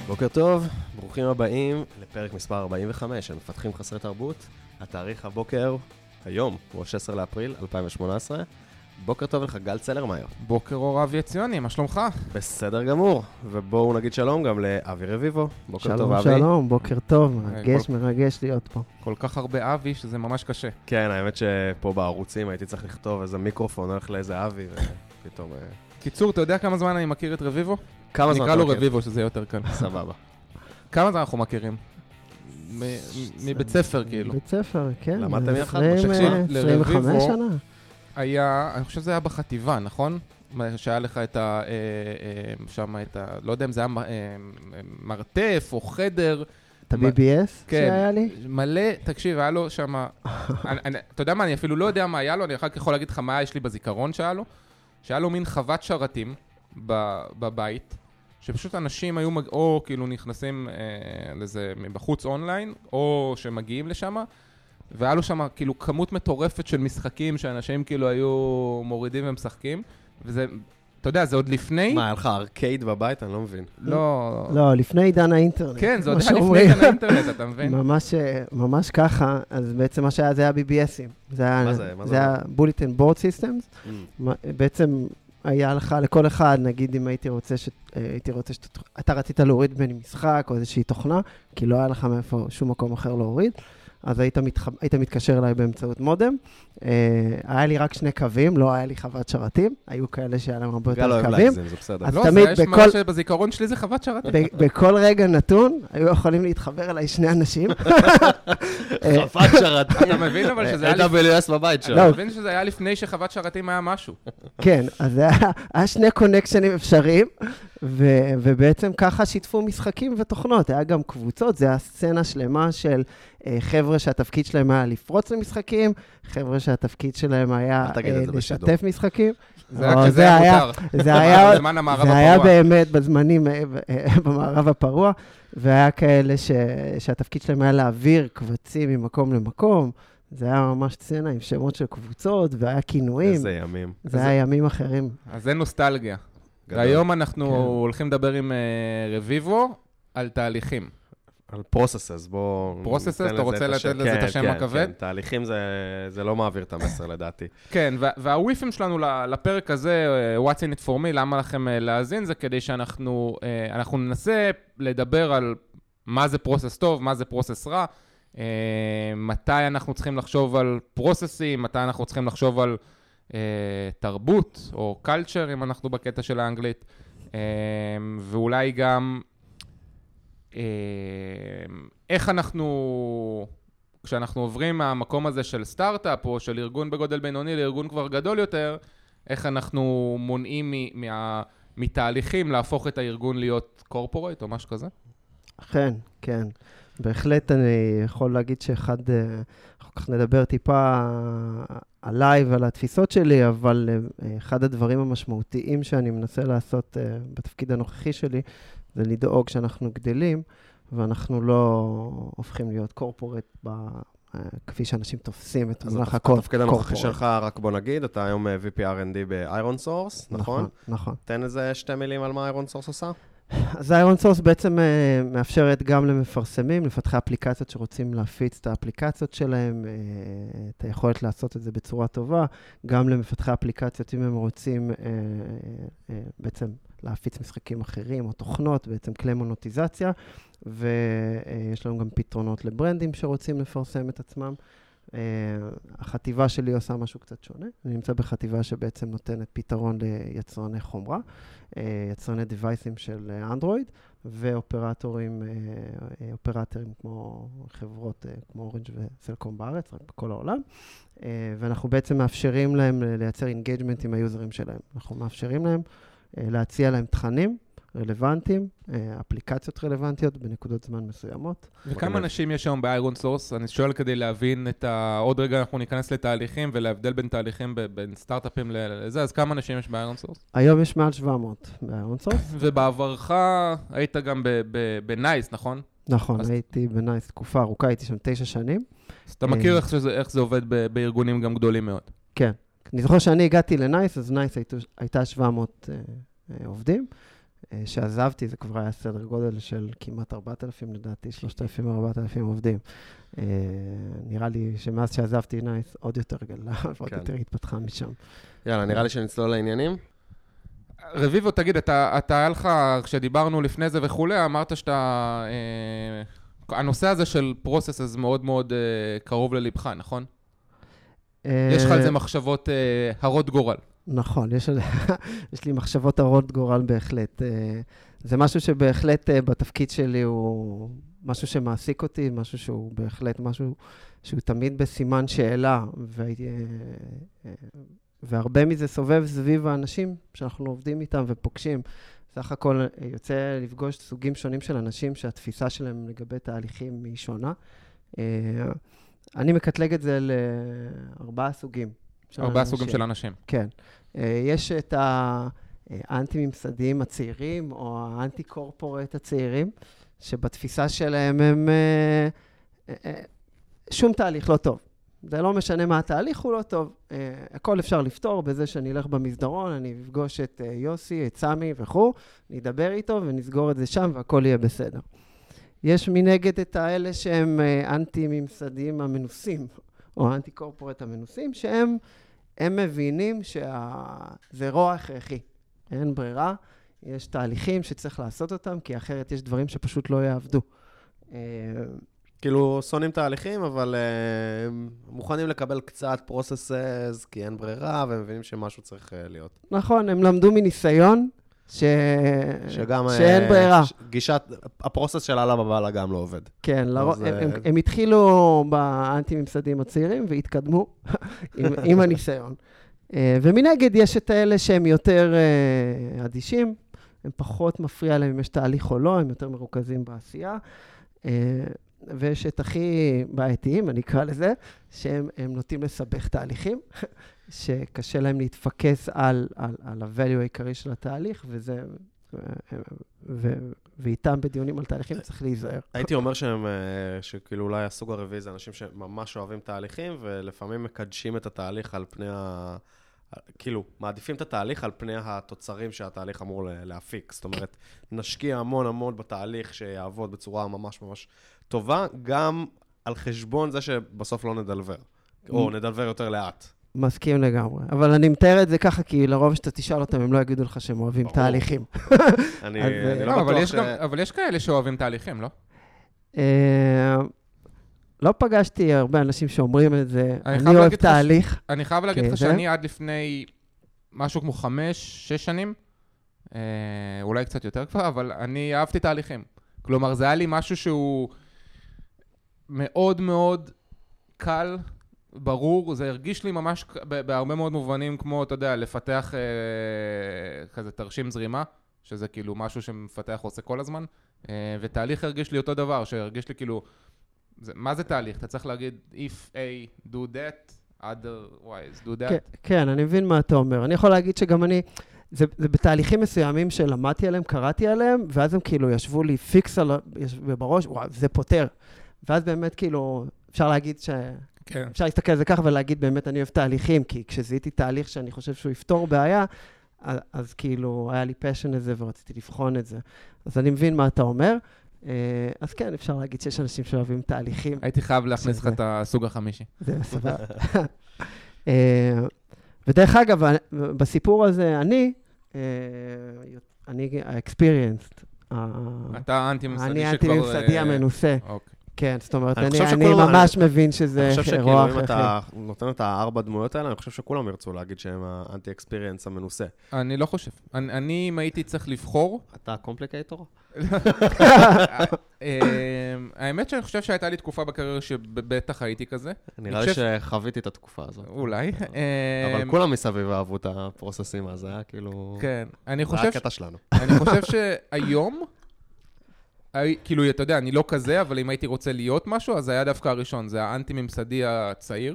בוקר טוב, ברוכים הבאים לפרק מספר 45 של מפתחים חסרי תרבות. התאריך הבוקר, היום, הוא 16 לאפריל 2018. בוקר טוב לך, גל צלרמייר. בוקר אור אבי עציוני, מה שלומך? בסדר גמור, ובואו נגיד שלום גם לאבי רביבו. בוקר טוב, אבי. שלום, בוקר טוב, מרגש להיות פה. כל כך הרבה אבי שזה ממש קשה. כן, האמת שפה בערוצים הייתי צריך לכתוב איזה מיקרופון, הולך לאיזה אבי, ופתאום... קיצור, אתה יודע כמה זמן אני מכיר את רביבו? כמה זמן נקרא לו רביבו, שזה יותר קל. סבבה. כמה זמן אנחנו מכירים? מבית ספר, כאילו. בית ספר, כן. למדתם יחד? 25 שנה. היה, אני חושב שזה היה בחטיבה, נכון? שהיה לך את ה... שם את ה... לא יודע אם זה היה מרתף או חדר. את ה-BBS שהיה לי? מלא, תקשיב, היה לו שם... אתה יודע מה, אני אפילו לא יודע מה היה לו, אני אחר כך יכול להגיד לך מה יש לי בזיכרון שהיה לו. שהיה לו מין חוות שרתים בבית, שפשוט אנשים היו או כאילו נכנסים לזה מבחוץ אונליין, או שמגיעים לשם, והיה לו שם כאילו כמות מטורפת של משחקים שאנשים כאילו היו מורידים ומשחקים, וזה, אתה יודע, זה עוד לפני... מה, היה לך ארקייד בבית? אני לא מבין. לא, לפני עידן האינטרנט. כן, זה עוד היה לפני עידן האינטרנט, אתה מבין? ממש ככה, אז בעצם מה שהיה זה היה BBSים. מה זה? זה היה Bulletin Board Systems. בעצם היה לך לכל אחד, נגיד אם הייתי רוצה אתה רצית להוריד בין משחק או איזושהי תוכנה, כי לא היה לך מאיפה שום מקום אחר להוריד, אז היית מתקשר אליי באמצעות מודם. היה לי רק 2 קווים, לא היה לי חוות שרתים, היו כאלה שהיה להם הרבה יותר קווים. זה בסדר. לא, זה יש מה שבזיכרון שלי זה חוות שרתים. בכל רגע נתון, היו יכולים להתחבר אליי 2 אנשים. חוות שרתים. אתה מבין אבל שזה היה... AWS בבית שלו. אתה מבין שזה היה לפני שחוות שרתים היה משהו. כן, אז היה 2 קונקשנים אפשריים, ובעצם ככה שיתפו משחקים ותוכנות. היה גם קבוצות, זה היה סצנה שלמה של חבר'ה שהתפקיד שלהם היה לפרוץ למשחקים, חבר'ה שהתפקיד שלהם היה לשתף משחקים. זה היה מותר. זה היה באמת בזמנים במערב הפרוע, והיה כאלה שהתפקיד שלהם היה להעביר קבצים ממקום למקום. זה היה ממש סצנה עם שמות של קבוצות, והיה כינויים. איזה ימים. זה היה ימים אחרים. אז זה נוסטלגיה. והיום אנחנו הולכים לדבר עם רביבו על תהליכים. על פרוססס, בוא... פרוססס, אתה רוצה לתת לזה את השם הכבד? כן, תהליכים זה לא מעביר את המסר לדעתי. כן, והוויפים שלנו לפרק הזה, What's in it for me, למה לכם להאזין, זה כדי שאנחנו ננסה לדבר על מה זה פרוסס טוב, מה זה פרוסס רע, מתי אנחנו צריכים לחשוב על פרוססים, מתי אנחנו צריכים לחשוב על תרבות או culture, אם אנחנו בקטע של האנגלית, ואולי גם... איך אנחנו, כשאנחנו עוברים מהמקום הזה של סטארט-אפ או של ארגון בגודל בינוני לארגון כבר גדול יותר, איך אנחנו מונעים מתהליכים להפוך את הארגון להיות קורפורייט או משהו כזה? אכן, כן. בהחלט אני יכול להגיד שאחר כך נדבר טיפה עליי ועל התפיסות שלי, אבל אחד הדברים המשמעותיים שאני מנסה לעשות בתפקיד הנוכחי שלי, זה לדאוג שאנחנו גדלים, ואנחנו לא הופכים להיות קורפורט כפי שאנשים תופסים את מונח הקורפורט. התפקיד הנוכחי שלך, רק בוא נגיד, אתה היום VP R&D ב-Iron Source, נכון? נכון. תן איזה 2 מילים על מה Iron Source עושה. אז Iron Source בעצם מאפשרת גם למפרסמים, לפתחי אפליקציות שרוצים להפיץ את האפליקציות שלהם, את היכולת לעשות את זה בצורה טובה, גם למפתחי אפליקציות אם הם רוצים בעצם להפיץ משחקים אחרים או תוכנות, בעצם כלי מונוטיזציה, ויש לנו גם פתרונות לברנדים שרוצים לפרסם את עצמם. החטיבה שלי עושה משהו קצת שונה. אני נמצא בחטיבה שבעצם נותנת פתרון ליצרני חומרה, יצרני דיווייסים של אנדרואיד, ואופרטורים כמו חברות כמו אורנג' וסלקום בארץ, רק בכל העולם. ואנחנו בעצם מאפשרים להם לייצר אינגייג'מנט עם היוזרים שלהם. אנחנו מאפשרים להם להציע להם תכנים רלוונטיים, אפליקציות רלוונטיות בנקודות זמן מסוימות. וכמה אנשים יש היום ב-Iron Source? אני שואל כדי להבין עוד רגע אנחנו ניכנס לתהליכים ולהבדל בין תהליכים בין סטארט-אפים לזה, אז כמה אנשים יש ב-Iron Source? היום יש מעל 700 ב-Iron Source. ובעברך היית גם בנייס, נכון? נכון, הייתי בנייס תקופה ארוכה, הייתי שם 9 שנים. אז אתה מכיר איך זה עובד בארגונים גם גדולים מאוד? כן. אני זוכר שאני הגעתי לנייס, אז נייס הייתה 700 עובדים. שעזבתי, זה כבר היה סדר גודל של כמעט 4,000 לדעתי, 3,000-4,000 עובדים. נראה לי שמאז שעזבתי נייס עוד יותר גדלה, ועוד יותר התפתחה משם. יאללה, נראה לי שנצלול לעניינים. רביבו, תגיד, אתה היה לך, כשדיברנו לפני זה וכולי, אמרת שאתה... הנושא הזה של פרוסס מאוד מאוד קרוב ללבך, נכון? יש לך על זה מחשבות הרות גורל. נכון, יש לי מחשבות הרות גורל בהחלט. זה משהו שבהחלט בתפקיד שלי הוא משהו שמעסיק אותי, משהו שהוא בהחלט משהו שהוא תמיד בסימן שאלה, והרבה מזה סובב סביב האנשים שאנחנו עובדים איתם ופוגשים. סך הכל יוצא לפגוש סוגים שונים של אנשים שהתפיסה שלהם לגבי תהליכים היא שונה. אני מקטלג את זה לארבעה סוגים. ארבעה סוגים של אנשים. כן. יש את האנטי-ממסדיים הצעירים, או האנטי-קורפורט הצעירים, שבתפיסה שלהם הם... שום תהליך לא טוב. זה לא משנה מה התהליך, הוא לא טוב. הכל אפשר לפתור בזה שאני אלך במסדרון, אני אפגוש את יוסי, את סמי וכו', נדבר איתו ונסגור את זה שם והכל יהיה בסדר. יש מנגד את האלה שהם אנטי-ממסדיים המנוסים, או אנטי-קורפורט המנוסים, שהם מבינים שזה רוע הכרחי. אין ברירה, יש תהליכים שצריך לעשות אותם, כי אחרת יש דברים שפשוט לא יעבדו. כאילו, שונאים תהליכים, אבל מוכנים לקבל קצת פרוססס, כי אין ברירה, והם מבינים שמשהו צריך להיות. נכון, הם למדו מניסיון, שאין ברירה. גישת, הפרוסס של הלאה בבעלה גם לא עובד. כן, הם התחילו באנטי-ממסדים הצעירים, והתקדמו עם הניסיון. ומנגד יש את האלה שהם יותר אדישים, הם פחות מפריע להם אם יש תהליך או לא, הם יותר מרוכזים בעשייה. ויש את הכי בעייתיים, אני אקרא לזה, שהם נוטים לסבך תהליכים, שקשה להם להתפקס על ה-value העיקרי של התהליך, ואיתם בדיונים על תהליכים צריך להיזהר. הייתי אומר שכאילו אולי הסוג הרביעי זה אנשים שממש אוהבים תהליכים, ולפעמים מקדשים את התהליך על פני כאילו, מעדיפים את התהליך על פני התוצרים שהתהליך אמור להפיק. זאת אומרת, נשקיע המון המון בתהליך שיעבוד בצורה ממש ממש טובה, גם על חשבון זה שבסוף לא נדלבר, או נדלבר יותר לאט. מסכים לגמרי. אבל אני מתאר את זה ככה, כי לרוב שאתה תשאל אותם, הם לא יגידו לך שהם אוהבים תהליכים. אני לא בטוח ש... אבל יש כאלה שאוהבים תהליכים, לא? לא פגשתי הרבה אנשים שאומרים את זה, אני אוהב תהליך. אני חייב להגיד לך שאני עד לפני משהו כמו 5-6 שנים, אולי קצת יותר כבר, אבל אני אהבתי תהליכים. כלומר, זה היה לי משהו שהוא מאוד מאוד קל, ברור, זה הרגיש לי ממש בהרבה מאוד מובנים, כמו, אתה יודע, לפתח כזה תרשים זרימה, שזה כאילו משהו שמפתח עושה כל הזמן, ותהליך הרגיש לי אותו דבר, שהרגיש לי כאילו, מה זה תהליך? אתה צריך להגיד, if A do that, otherwise do that. כן, אני מבין מה אתה אומר. אני יכול להגיד שגם אני, זה בתהליכים מסוימים שלמדתי עליהם, קראתי עליהם, ואז הם כאילו ישבו לי פיקס בראש, וואו, זה פותר. ואז באמת כאילו, אפשר להגיד אפשר להסתכל על זה ככה ולהגיד באמת אני אוהב תהליכים, כי כשזיהיתי תהליך שאני חושב שהוא יפתור בעיה, אז כאילו היה לי פשן לזה ורציתי לבחון את זה. אז אני מבין מה אתה אומר. אז כן, אפשר להגיד שיש אנשים שאוהבים תהליכים. הייתי חייב להכניס לך את הסוג החמישי. זה סבבה. ודרך אגב, בסיפור הזה, אני experienced. אתה אנטי-ממסדי שכבר... אני אנטי-ממסדי המנוסה. אוקיי. כן, זאת אומרת, אני ממש מבין שזה רוע הכרחי. אני חושב שכאילו, אם אתה נותן את 4 דמויות האלה, אני חושב שכולם ירצו להגיד שהם האנטי-אקספיריאנס המנוסה. אני לא חושב. אני, אם הייתי צריך לבחור... אתה קומפליקטור? האמת שאני חושב שהייתה לי תקופה בקריירה שבטח הייתי כזה. נראה לי שחוויתי את התקופה הזאת. אולי. אבל כולם מסביב אהבו את הפרוססים, אז זה היה כאילו... כן. זה היה קטע שלנו. אני חושב שהיום... כאילו, אתה יודע, אני לא כזה, אבל אם הייתי רוצה להיות משהו, אז זה היה דווקא הראשון, זה האנטי-ממסדי הצעיר.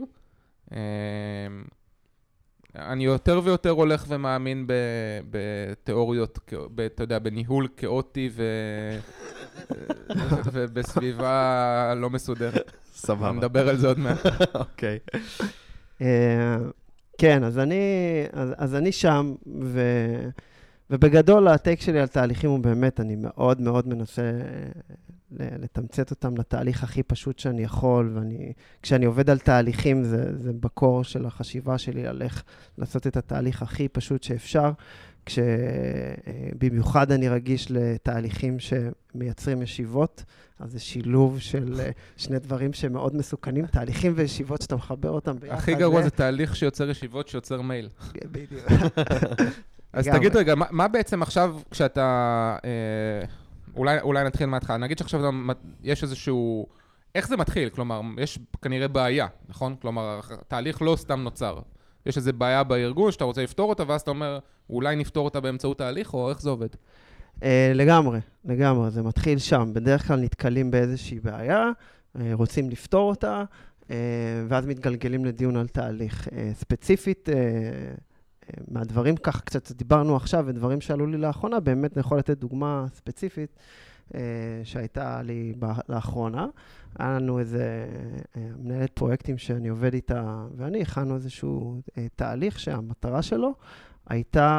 אני יותר ויותר הולך ומאמין בתיאוריות, אתה יודע, בניהול כאוטי ובסביבה לא מסודרת. סבבה. נדבר על זה עוד מעט. אוקיי. כן, אז אני שם, ובגדול, הטייק שלי על תהליכים הוא באמת, אני מאוד מאוד מנסה לתמצת אותם לתהליך הכי פשוט שאני יכול, וכשאני עובד על תהליכים, זה בקור של החשיבה שלי ללך לעשות את התהליך הכי פשוט שאפשר, כשבמיוחד אני רגיש לתהליכים שמייצרים ישיבות, אז זה שילוב של שני דברים שמאוד מסוכנים, תהליכים וישיבות שאתה מחבר אותם ביחד. הכי גרוע זה תהליך שיוצר ישיבות, שיוצר מייל. בדיוק. אז תגיד רגע, מה בעצם עכשיו כשאתה... אולי נתחיל מההתחלה. נגיד שעכשיו יש איזשהו... איך זה מתחיל? כלומר, יש כנראה בעיה, נכון? כלומר, התהליך לא סתם נוצר. יש איזו בעיה בארגון שאתה רוצה לפתור אותה, ואז אתה אומר, אולי נפתור אותה באמצעות תהליך, או איך זה עובד? לגמרי. זה מתחיל שם. בדרך כלל נתקלים באיזושהי בעיה, רוצים לפתור אותה, ואז מתגלגלים לדיון על תהליך. ספציפית, מהדברים כך קצת דיברנו עכשיו, ודברים שעלו לי לאחרונה, באמת אני יכול לתת דוגמה ספציפית שהייתה לי לאחרונה. היה לנו איזה מנהלת פרויקטים שאני עובד איתה, ואני הכנו איזשהו תהליך שהמטרה שלו הייתה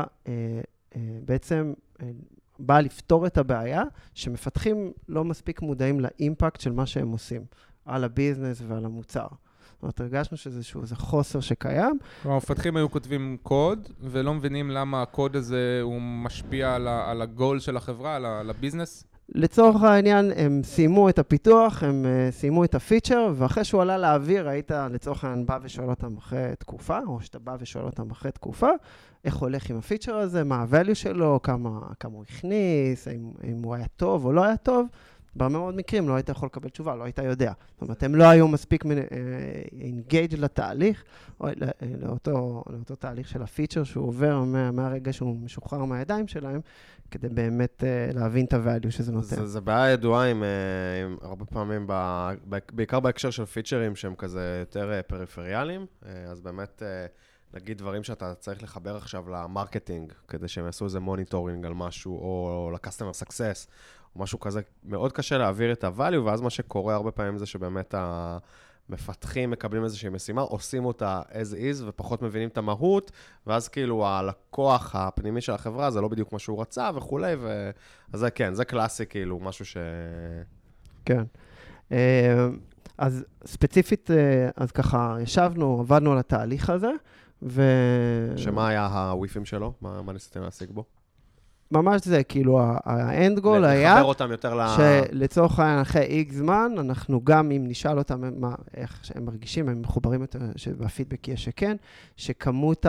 בעצם באה לפתור את הבעיה, שמפתחים לא מספיק מודעים לאימפקט של מה שהם עושים, על הביזנס ועל המוצר. זאת אומרת, הרגשנו שזה חוסר שקיים. המפתחים היו כותבים קוד, ולא מבינים למה הקוד הזה הוא משפיע על הגול של החברה, על הביזנס? לצורך העניין, הם סיימו את הפיתוח, הם סיימו את הפיצ'ר, ואחרי שהוא עלה לאוויר, היית לצורך העניין בא ושואל אותם אחרי תקופה, או שאתה בא ושואל אותם אחרי תקופה, איך הולך עם הפיצ'ר הזה, מה ה-value שלו, כמה הוא הכניס, אם הוא היה טוב או לא היה טוב. בהרבה מאוד מקרים לא היית יכול לקבל תשובה, לא היית יודע. זאת אומרת, הם לא היו מספיק engage לתהליך, או לאותו תהליך של הפיצ'ר שהוא עובר מהרגע שהוא משוחרר מהידיים שלהם, כדי באמת להבין את ה-value שזה נותן. זה בעיה ידועה עם הרבה פעמים, בעיקר בהקשר של פיצ'רים שהם כזה יותר פריפריאליים, אז באמת נגיד דברים שאתה צריך לחבר עכשיו למרקטינג, כדי שהם יעשו איזה מוניטורינג על משהו, או ל-customer success, או משהו כזה, מאוד קשה להעביר את ה-value, ואז מה שקורה הרבה פעמים זה שבאמת המפתחים מקבלים איזושהי משימה, עושים אותה as is, ופחות מבינים את המהות, ואז כאילו הלקוח הפנימי של החברה, זה לא בדיוק מה שהוא רצה וכולי, אז זה כן, זה קלאסי כאילו, משהו ש... כן. אז ספציפית, אז ככה, ישבנו, עבדנו על התהליך הזה, שמה היה הוויפים שלו? מה ניסיתם להשיג בו? ממש זה, כאילו, האנד גול היה... לחבר אותם יותר שלצורך העניין, אחרי X זמן, אנחנו גם, אם נשאל אותם איך שהם מרגישים, הם מחוברים יותר, שבפידבק יהיה שכן, שכמות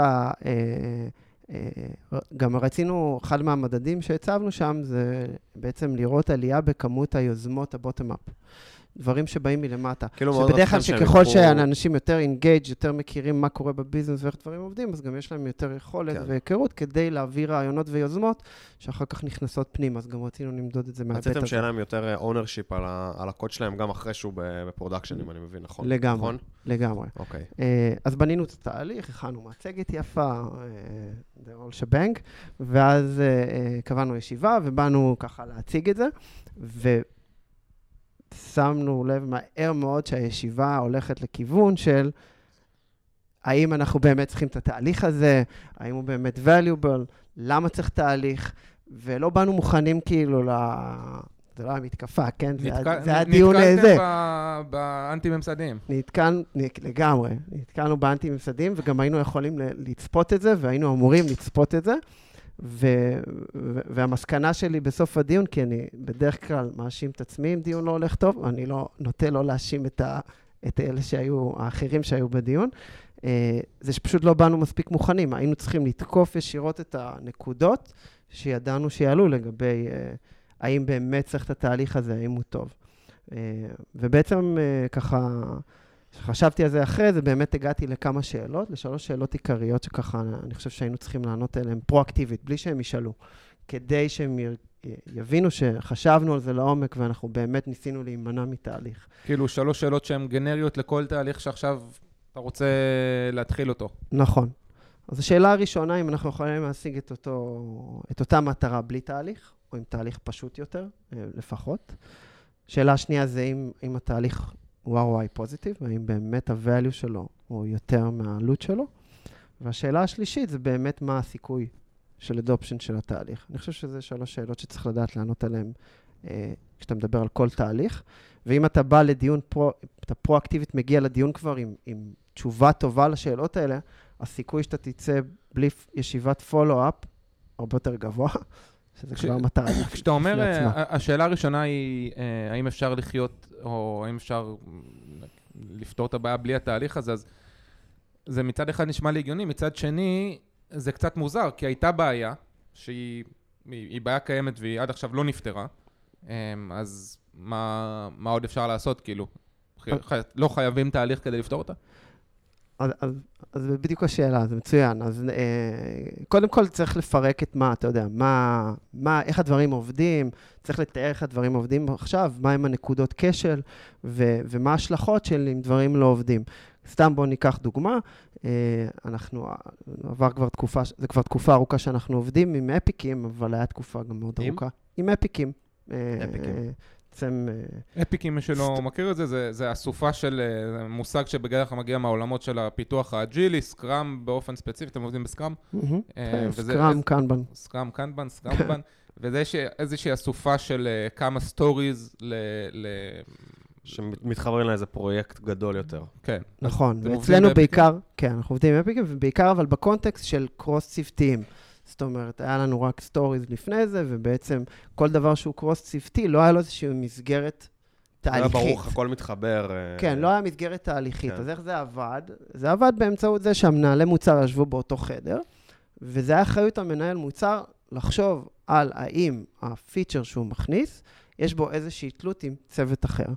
גם רצינו, אחד מהמדדים שהצבנו שם, זה בעצם לראות עלייה בכמות היוזמות הבוטם-אפ. דברים שבאים מלמטה. שבדרך כלל שככל שאנשים יותר אינגייג', יותר מכירים מה קורה בביזנס ואיך דברים עובדים, אז גם יש להם יותר יכולת והיכרות כדי להעביר רעיונות ויוזמות, שאחר כך נכנסות פנים, אז גם רצינו למדוד את זה מהבית הזה. רציתם שיהיה להם יותר ownership על הקוד שלהם, גם אחרי שהוא בפרודקשן, אם אני מבין, נכון? לגמרי, לגמרי. אוקיי. אז בנינו את התהליך, הכנו מצגת יפה, the all shebang, ואז קבענו ישיבה, ובאנו ככה להציג את זה, שמנו לב מהר מאוד שהישיבה הולכת לכיוון של האם אנחנו באמת צריכים את התהליך הזה, האם הוא באמת valuable, למה צריך תהליך, ולא באנו מוכנים כאילו זה לא המתקפה, כן? זה הדיון הזה. נתקלתם באנטי-ממסדיים. לגמרי. נתקלנו באנטי-ממסדיים, וגם היינו יכולים לצפות את זה, והיינו אמורים לצפות את זה. והמסקנה שלי בסוף הדיון, כי אני בדרך כלל מאשים את עצמי אם דיון לא הולך טוב, אני לא נוטה לא להאשים את אלה שהיו, האחרים שהיו בדיון, זה שפשוט לא באנו מספיק מוכנים, היינו צריכים לתקוף ישירות את הנקודות שידענו שיעלו לגבי האם באמת צריך את התהליך הזה, האם הוא טוב. ובעצם ככה, חשבתי על זה אחרי זה, באמת הגעתי לכמה שאלות, לשלוש שאלות עיקריות שככה אני חושב שהיינו צריכים לענות אליהן פרואקטיבית, בלי שהם ישאלו, כדי שהם יבינו שחשבנו על זה לעומק, ואנחנו באמת ניסינו להימנע מתהליך. כאילו 3 שאלות שהן גנריות לכל תהליך שעכשיו אתה רוצה להתחיל אותו. נכון. אז השאלה הראשונה, אם אנחנו יכולים להשיג את אותה מטרה בלי תהליך, או עם תהליך פשוט יותר, לפחות. שאלה השנייה זה אם התהליך הוא ROI פוזיטיב, והאם באמת ה-value שלו הוא יותר מהעלות שלו. והשאלה השלישית זה באמת מה הסיכוי של adoption של התהליך. אני חושב שזה 3 שאלות שצריך לדעת לענות עליהן כשאתה מדבר על כל תהליך, ואם אתה בא לדיון, אתה פרואקטיבית מגיע לדיון כבר עם תשובה טובה לשאלות האלה, הסיכוי שאתה תצא בלי ישיבת פולו-אפ הרבה יותר גבוה, שזה כבר מטרה. כשאתה אומר, השאלה הראשונה היא, האם אפשר לחיות, או האם אפשר לפתור את הבעיה בלי התהליך הזה, אז זה מצד אחד נשמע לי הגיוני, מצד שני, זה קצת מוזר, כי הייתה בעיה, שהיא בעיה קיימת והיא עד עכשיו לא נפתרה, אז מה עוד אפשר לעשות, כאילו? לא חייבים תהליך כדי לפתור אותה? אז בדיוק השאלה, זה מצוין. אז קודם כל צריך לפרק את מה, אתה יודע, איך הדברים עובדים, צריך לתאר איך הדברים עובדים עכשיו, מה הם הנקודות כשל, ומה ההשלכות של אם דברים לא עובדים. סתם בואו ניקח דוגמה, עבר כבר תקופה, זה כבר תקופה ארוכה שאנחנו עובדים עם אפיקים, אבל היה תקופה גם מאוד ארוכה. עם אפיקים. אפיקים, מי שלא מכיר את זה, זה הסופה של מושג שבדרך כלל מגיע מהעולמות של הפיתוח האג'ילי, סקראם באופן ספציפי, אתם עובדים בסקראם? סקראם, קנבן. סקראם, קנבן, סקראמבן, וזה איזושהי הסופה של כמה סטוריז שמתחברים לאיזה פרויקט גדול יותר. כן. נכון, ואצלנו בעיקר, כן, אנחנו עובדים עם אפיקים, ובעיקר אבל בקונטקסט של קרוס-צוותיים. זאת אומרת, היה לנו רק סטוריז לפני זה, ובעצם כל דבר שהוא קרוס-צוותי, לא היה לו איזושהי מסגרת תהליכית. היה ברוך, הכל מתחבר. כן, לא היה מסגרת תהליכית. אז איך זה עבד? זה עבד באמצעות זה שהמנהלי מוצר ישבו באותו חדר, וזה היה אחריות המנהל מוצר לחשוב על האם הפיצ'ר שהוא מכניס, יש בו איזושהי תלות עם צוות אחר.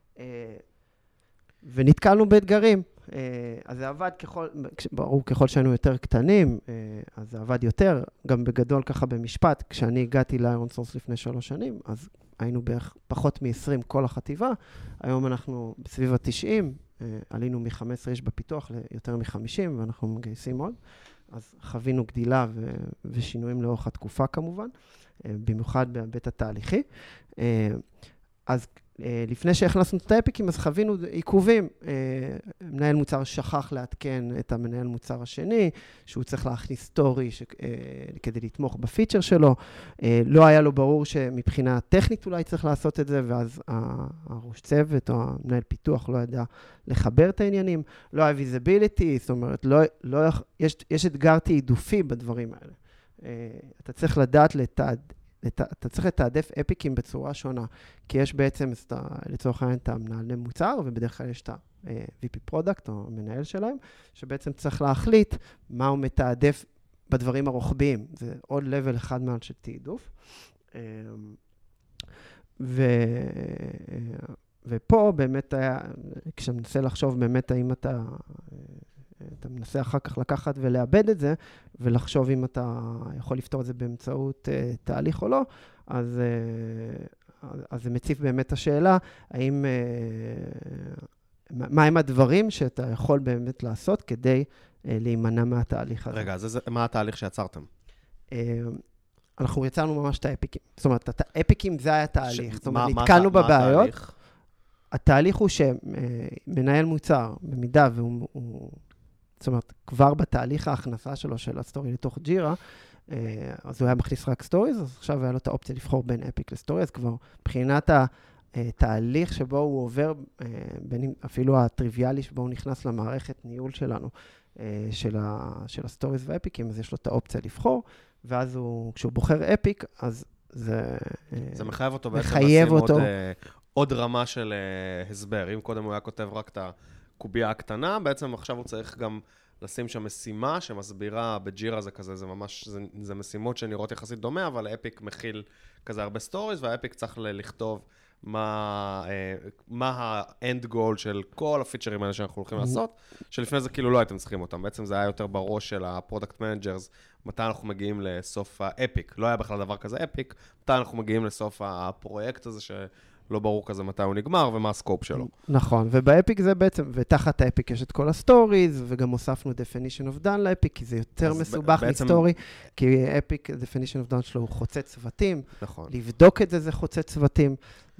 ונתקלנו באתגרים. אז זה עבד ברור, ככל שהיינו יותר קטנים, אז זה עבד יותר, גם בגדול ככה במשפט, כשאני הגעתי לאיירון סורס לפני 3 שנים, אז היינו בערך פחות מ-20 כל החטיבה, היום אנחנו בסביב ה-90, עלינו מ-15 איש בפיתוח ליותר מ-50, ואנחנו מגייסים עוד, אז חווינו גדילה ושינויים לאורך התקופה כמובן, במיוחד בהיבט התהליכי. אז לפני שהכנסנו את האפיקים, אז חווינו עיכובים. מנהל מוצר שכח לעדכן את המנהל מוצר השני, שהוא צריך להכניס סטורי כדי לתמוך בפיצ'ר שלו. לא היה לו ברור שמבחינה טכנית אולי צריך לעשות את זה, ואז הראש צוות או המנהל פיתוח לא ידע לחבר את העניינים. לא היה ויזיביליטי, זאת אומרת, יש אתגר תעדופי בדברים האלה. אתה צריך לדעת אתה צריך לתעדף אפיקים בצורה שונה, כי יש בעצם לצורך העניין את המנהלי מוצר, ובדרך כלל יש את ה-VP פרודקט או המנהל שלהם, שבעצם צריך להחליט מה הוא מתעדף בדברים הרוחביים. זה עוד level אחד מעל של תעדוף. ופה באמת היה, כשמנסה לחשוב באמת האם אתה מנסה אחר כך לקחת ולאבד את זה, ולחשוב אם אתה יכול לפתור את זה באמצעות תהליך או לא, אז זה מציף באמת השאלה, האם, מהם הדברים שאתה יכול באמת לעשות כדי להימנע מהתהליך הזה. רגע, אז מה התהליך שיצרתם? אנחנו יצרנו ממש את האפיקים. זאת אומרת, האפיקים זה היה תהליך. זאת אומרת, נתקלנו בבעיות. התהליך הוא שמנהל מוצר, במידה והוא זאת אומרת, כבר בתהליך ההכנסה שלו של הסטורי לתוך ג'ירה, אז הוא היה מכניס רק סטוריז, אז עכשיו היה לו את האופציה לבחור בין אפיק לסטורי, אז כבר מבחינת התהליך שבו הוא עובר, אפילו הטריוויאלי שבו הוא נכנס למערכת ניהול שלנו, של הסטוריז ואפיקים, אז יש לו את האופציה לבחור, ואז כשהוא בוחר אפיק, אז זה מחייב אותו בעצם לשים עוד רמה של הסבר. אם קודם הוא היה כותב רק את הקובייה הקטנה, בעצם עכשיו הוא צריך גם לשים שם משימה שמסבירה בג'ירה זה כזה, זה ממש, זה משימות שנראות יחסית דומה, אבל אפיק מכיל כזה הרבה סטוריז, והאפיק צריך לכתוב מה האנד גול של כל הפיצ'רים האלה שאנחנו הולכים לעשות, שלפני זה כאילו לא הייתם צריכים אותם. בעצם זה היה יותר בראש של הפרודקט מנג'רס, מתי אנחנו מגיעים לסוף האפיק. לא היה בכלל דבר כזה אפיק, מתי אנחנו מגיעים לסוף הפרויקט הזה לא ברור כזה מתי הוא נגמר, ומה הסקופ שלו. נכון, ובאפיק זה בעצם, ותחת האפיק יש את כל הסטוריז, וגם הוספנו definition of done לאפיק, כי זה יותר מסובך מסטורי, כי אפיק, definition of done שלו הוא חוצה צוותים, נכון. לבדוק את זה חוצה צוותים,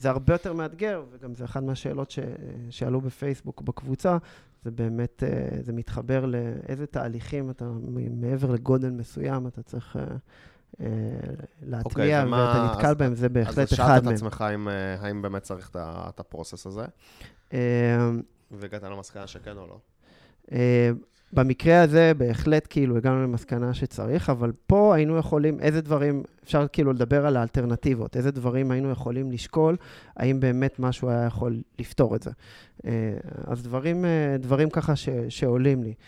זה הרבה יותר מאתגר, וגם זה אחת מהשאלות שעלו בפייסבוק בקבוצה, זה באמת, זה מתחבר לאיזה תהליכים אתה, מעבר לגודל מסוים, אתה צריך להטמיע, ואתה נתקל בהם, זה בהחלט אחד מהם. אז שאלת את עצמך האם באמת צריך את הפרוסס הזה? והגעת למסקנה שכן או לא? במקרה הזה בהחלט כאילו הגענו למסקנה שצריך, אבל פה היינו יכולים, איזה דברים, אפשר כאילו לדבר על האלטרנטיבות, איזה דברים היינו יכולים לשקול, האם באמת משהו היה יכול לפתור את זה. אז דברים ככה שעולים לי.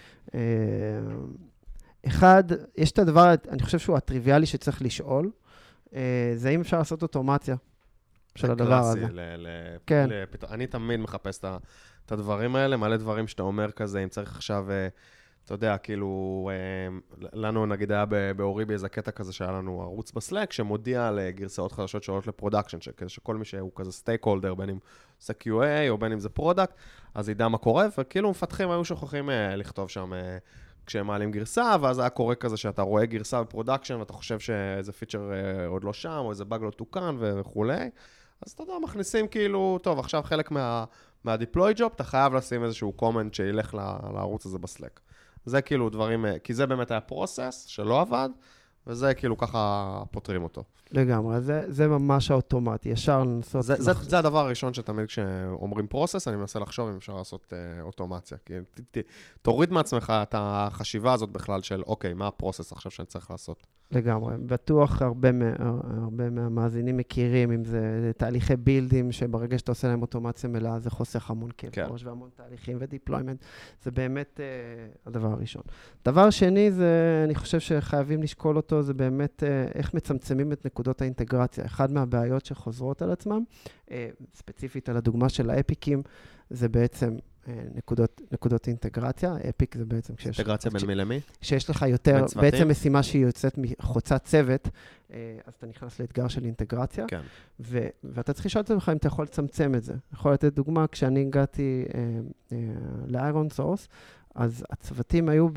אחד, יש את הדבר, אני חושב שהוא הטריוויאלי שצריך לשאול, זה האם אפשר לעשות אוטומציה של הדבר הזה. כן. אני תמיד מחפש את הדברים האלה, מלא דברים שאתה אומר כזה, אם צריך עכשיו, אתה יודע, כאילו, לנו נגיד היה באוריבי איזה קטע כזה שהיה לנו ערוץ בסלק, שמודיע על גרסאות חדשות שעולות לפרודקשן, שכל מי שהוא כזה סטייק הולדר, בין אם זה QA או בין אם זה פרודקט, אז ידע מה קורה, וכאילו מפתחים היו שוכחים לכתוב שם כשהם מעלים גרסה, ואז היה קורה כזה שאתה רואה גרסה בפרודקשן, ואתה חושב שאיזה פיצ'ר עוד לא שם, או איזה באג לא תוקן וכולי. אז אתה יודע, מכניסים כאילו, טוב, עכשיו חלק מהדיפלוי ג'וב, אתה חייב לשים איזשהו קומנט שילך לערוץ הזה בסלק. זה כאילו דברים, כי זה באמת היה פרוסס שלא עבד, וזה כאילו ככה פותרים אותו. לגמרי, זה ממש האוטומטי, ישר לנסות... זה הדבר הראשון שתמיד כשאומרים פרוסס, אני מנסה לחשוב אם אפשר לעשות אוטומציה. כי תוריד מעצמך את החשיבה הזאת בכלל של, אוקיי, מה הפרוסס עכשיו שאני צריך לעשות? לגמרי, בטוח הרבה מהמאזינים מכירים, אם זה תהליכי בילדים, שברגע שאתה עושה להם אוטומציה מלאה, זה חוסך המון כאב ראש והמון תהליכים ודיפלוימנט. זה באמת הדבר הראשון. דבר שני, אני חושב שחייבים לשקול אותו, זה באמת איך מצמצמים את נקודות האינטגרציה. אחד מהבעיות שחוזרות על עצמם, ספציפית על הדוגמה של האפיקים, זה בעצם נקודות אינטגרציה. אפיק זה בעצם כשיש... אינטגרציה בין מי למי? כשיש לך יותר, בעצם משימה שהיא יוצאת מחוצת צוות, אז אתה נכנס לאתגר של אינטגרציה. כן. ואתה צריך לשאול את עצמך אם אתה יכול לצמצם את זה. יכול לתת דוגמה, כשאני הגעתי לאיירון סורס, אז הצוותים היו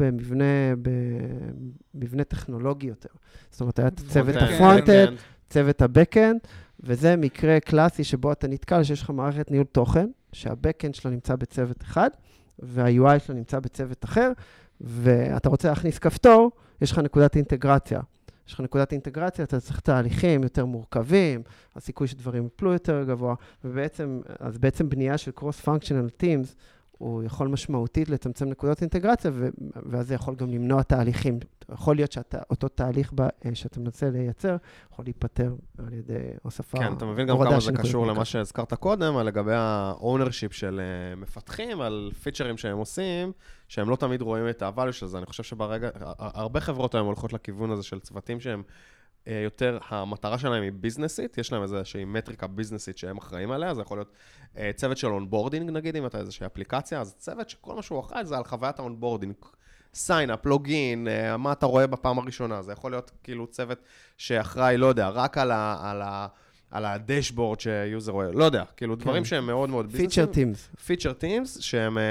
במבנה טכנולוגי יותר. זאת אומרת, היה צוות הפרונט-אנד, צוות הבק-אנד, וזה מקרה קלאסי שבו אתה נתקל שיש לך מערכת ניהול תוכן, שהבק-אנד שלו נמצא בצוות אחד, וה-UI שלו נמצא בצוות אחר, ואתה רוצה להכניס כפתור, יש לך נקודת אינטגרציה. יש לך נקודת אינטגרציה, אתה צריך תהליכים יותר מורכבים, הסיכוי שדברים יפלו יותר גבוה, אז בעצם בנייה של cross-functional teams, הוא יכול משמעותית לצמצם נקודות אינטגרציה, ואז זה יכול גם למנוע תהליכים. יכול להיות שאותו תהליך שאתה מנסה לייצר, יכול להיפטר על ידי הוספה. כן, אתה מבין גם כמה זה קשור למה שהזכרת קודם, לגבי ה-ownership של מפתחים, על פיצ'רים שהם עושים, שהם לא תמיד רואים את ה-value של זה. אני חושב שברגע, הרבה חברות היום הולכות לכיוון הזה של צוותים שהם יותר, המטרה שלהם היא ביזנסית, יש להם איזושהי מטריקה ביזנסית שהם אחראים עליה, זה יכול להיות צוות של אונבורדינג נגיד, אם אתה איזושהי אפליקציה, אז צוות שכל מה שהוא אחראי זה על חוויית האונבורדינג, סיין-אפ, לוגין, מה אתה רואה בפעם הראשונה, זה יכול להיות כאילו צוות שאחראי, לא יודע, רק על הדשבורד שיוזר רואה, לא יודע, כאילו דברים שהם מאוד מאוד ביזנסים. פיצ'ר טימס. פיצ'ר טימס,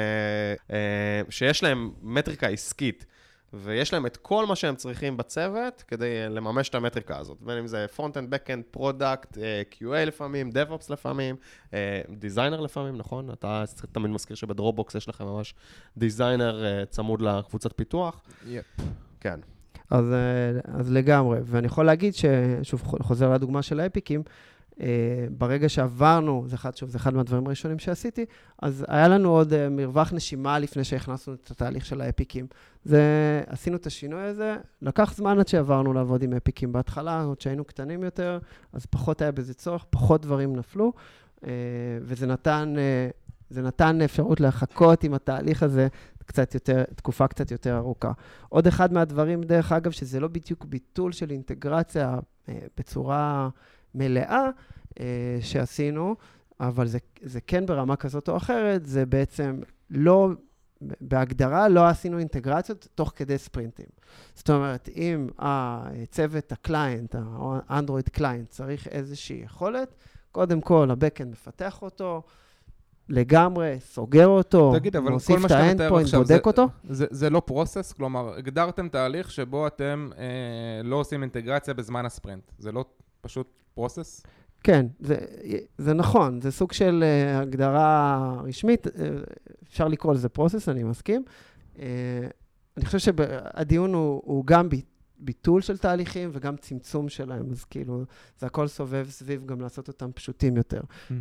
שיש להם מטריקה עסקית, ויש להם את כל מה שהם צריכים בצוות כדי לממש את המטריקה הזאת. בין אם זה front-end, back-end, product, QA לפעמים, DevOps לפעמים, דיזיינר לפעמים, נכון? אתה תמיד מזכיר שבדרופבוקס יש לכם ממש דיזיינר צמוד לקבוצת פיתוח. כן. אז לגמרי. ואני יכול להגיד ששוב חוזר לדוגמה של האפיקים, ברגע שעברנו, זה אחד מהדברים הראשונים שעשיתי, אז היה לנו עוד מרווח נשימה לפני שהכנסנו את התהליך של האפיקים. עשינו את השינוי הזה, לקח זמן עד שעברנו לעבוד עם אפיקים בהתחלה, עוד שהיינו קטנים יותר, אז פחות היה בזה צורך, פחות דברים נפלו, וזה נתן אפשרות לחכות עם התהליך הזה תקופה קצת יותר ארוכה. עוד אחד מהדברים, דרך אגב, שזה לא בדיוק ביטול של אינטגרציה בצורה מלאה שעשינו, אבל זה כן ברמה כזאת או אחרת, זה בעצם לא, בהגדרה לא עשינו אינטגרציות תוך כדי ספרינטים. זאת אומרת, אם הצוות הקליינט, האנדרואיד קליינט, צריך איזושהי יכולת, קודם כל הבקאנד מפתח אותו, לגמרי, סוגר אותו, מוסיף את האנדפוינט, בודק אותו. זה לא פרוסס, כלומר, הגדרתם תהליך שבו אתם לא עושים אינטגרציה בזמן הספרינט. זה לא פשוט פרוסס? כן, זה נכון, זה סוג של הגדרה רשמית, אפשר לקרוא לזה פרוסס, אני מסכים. אני חושב שהדיון הוא גם ביטול של תהליכים וגם צמצום שלהם, אז כאילו זה הכל סובב סביב גם לעשות אותם פשוטים יותר.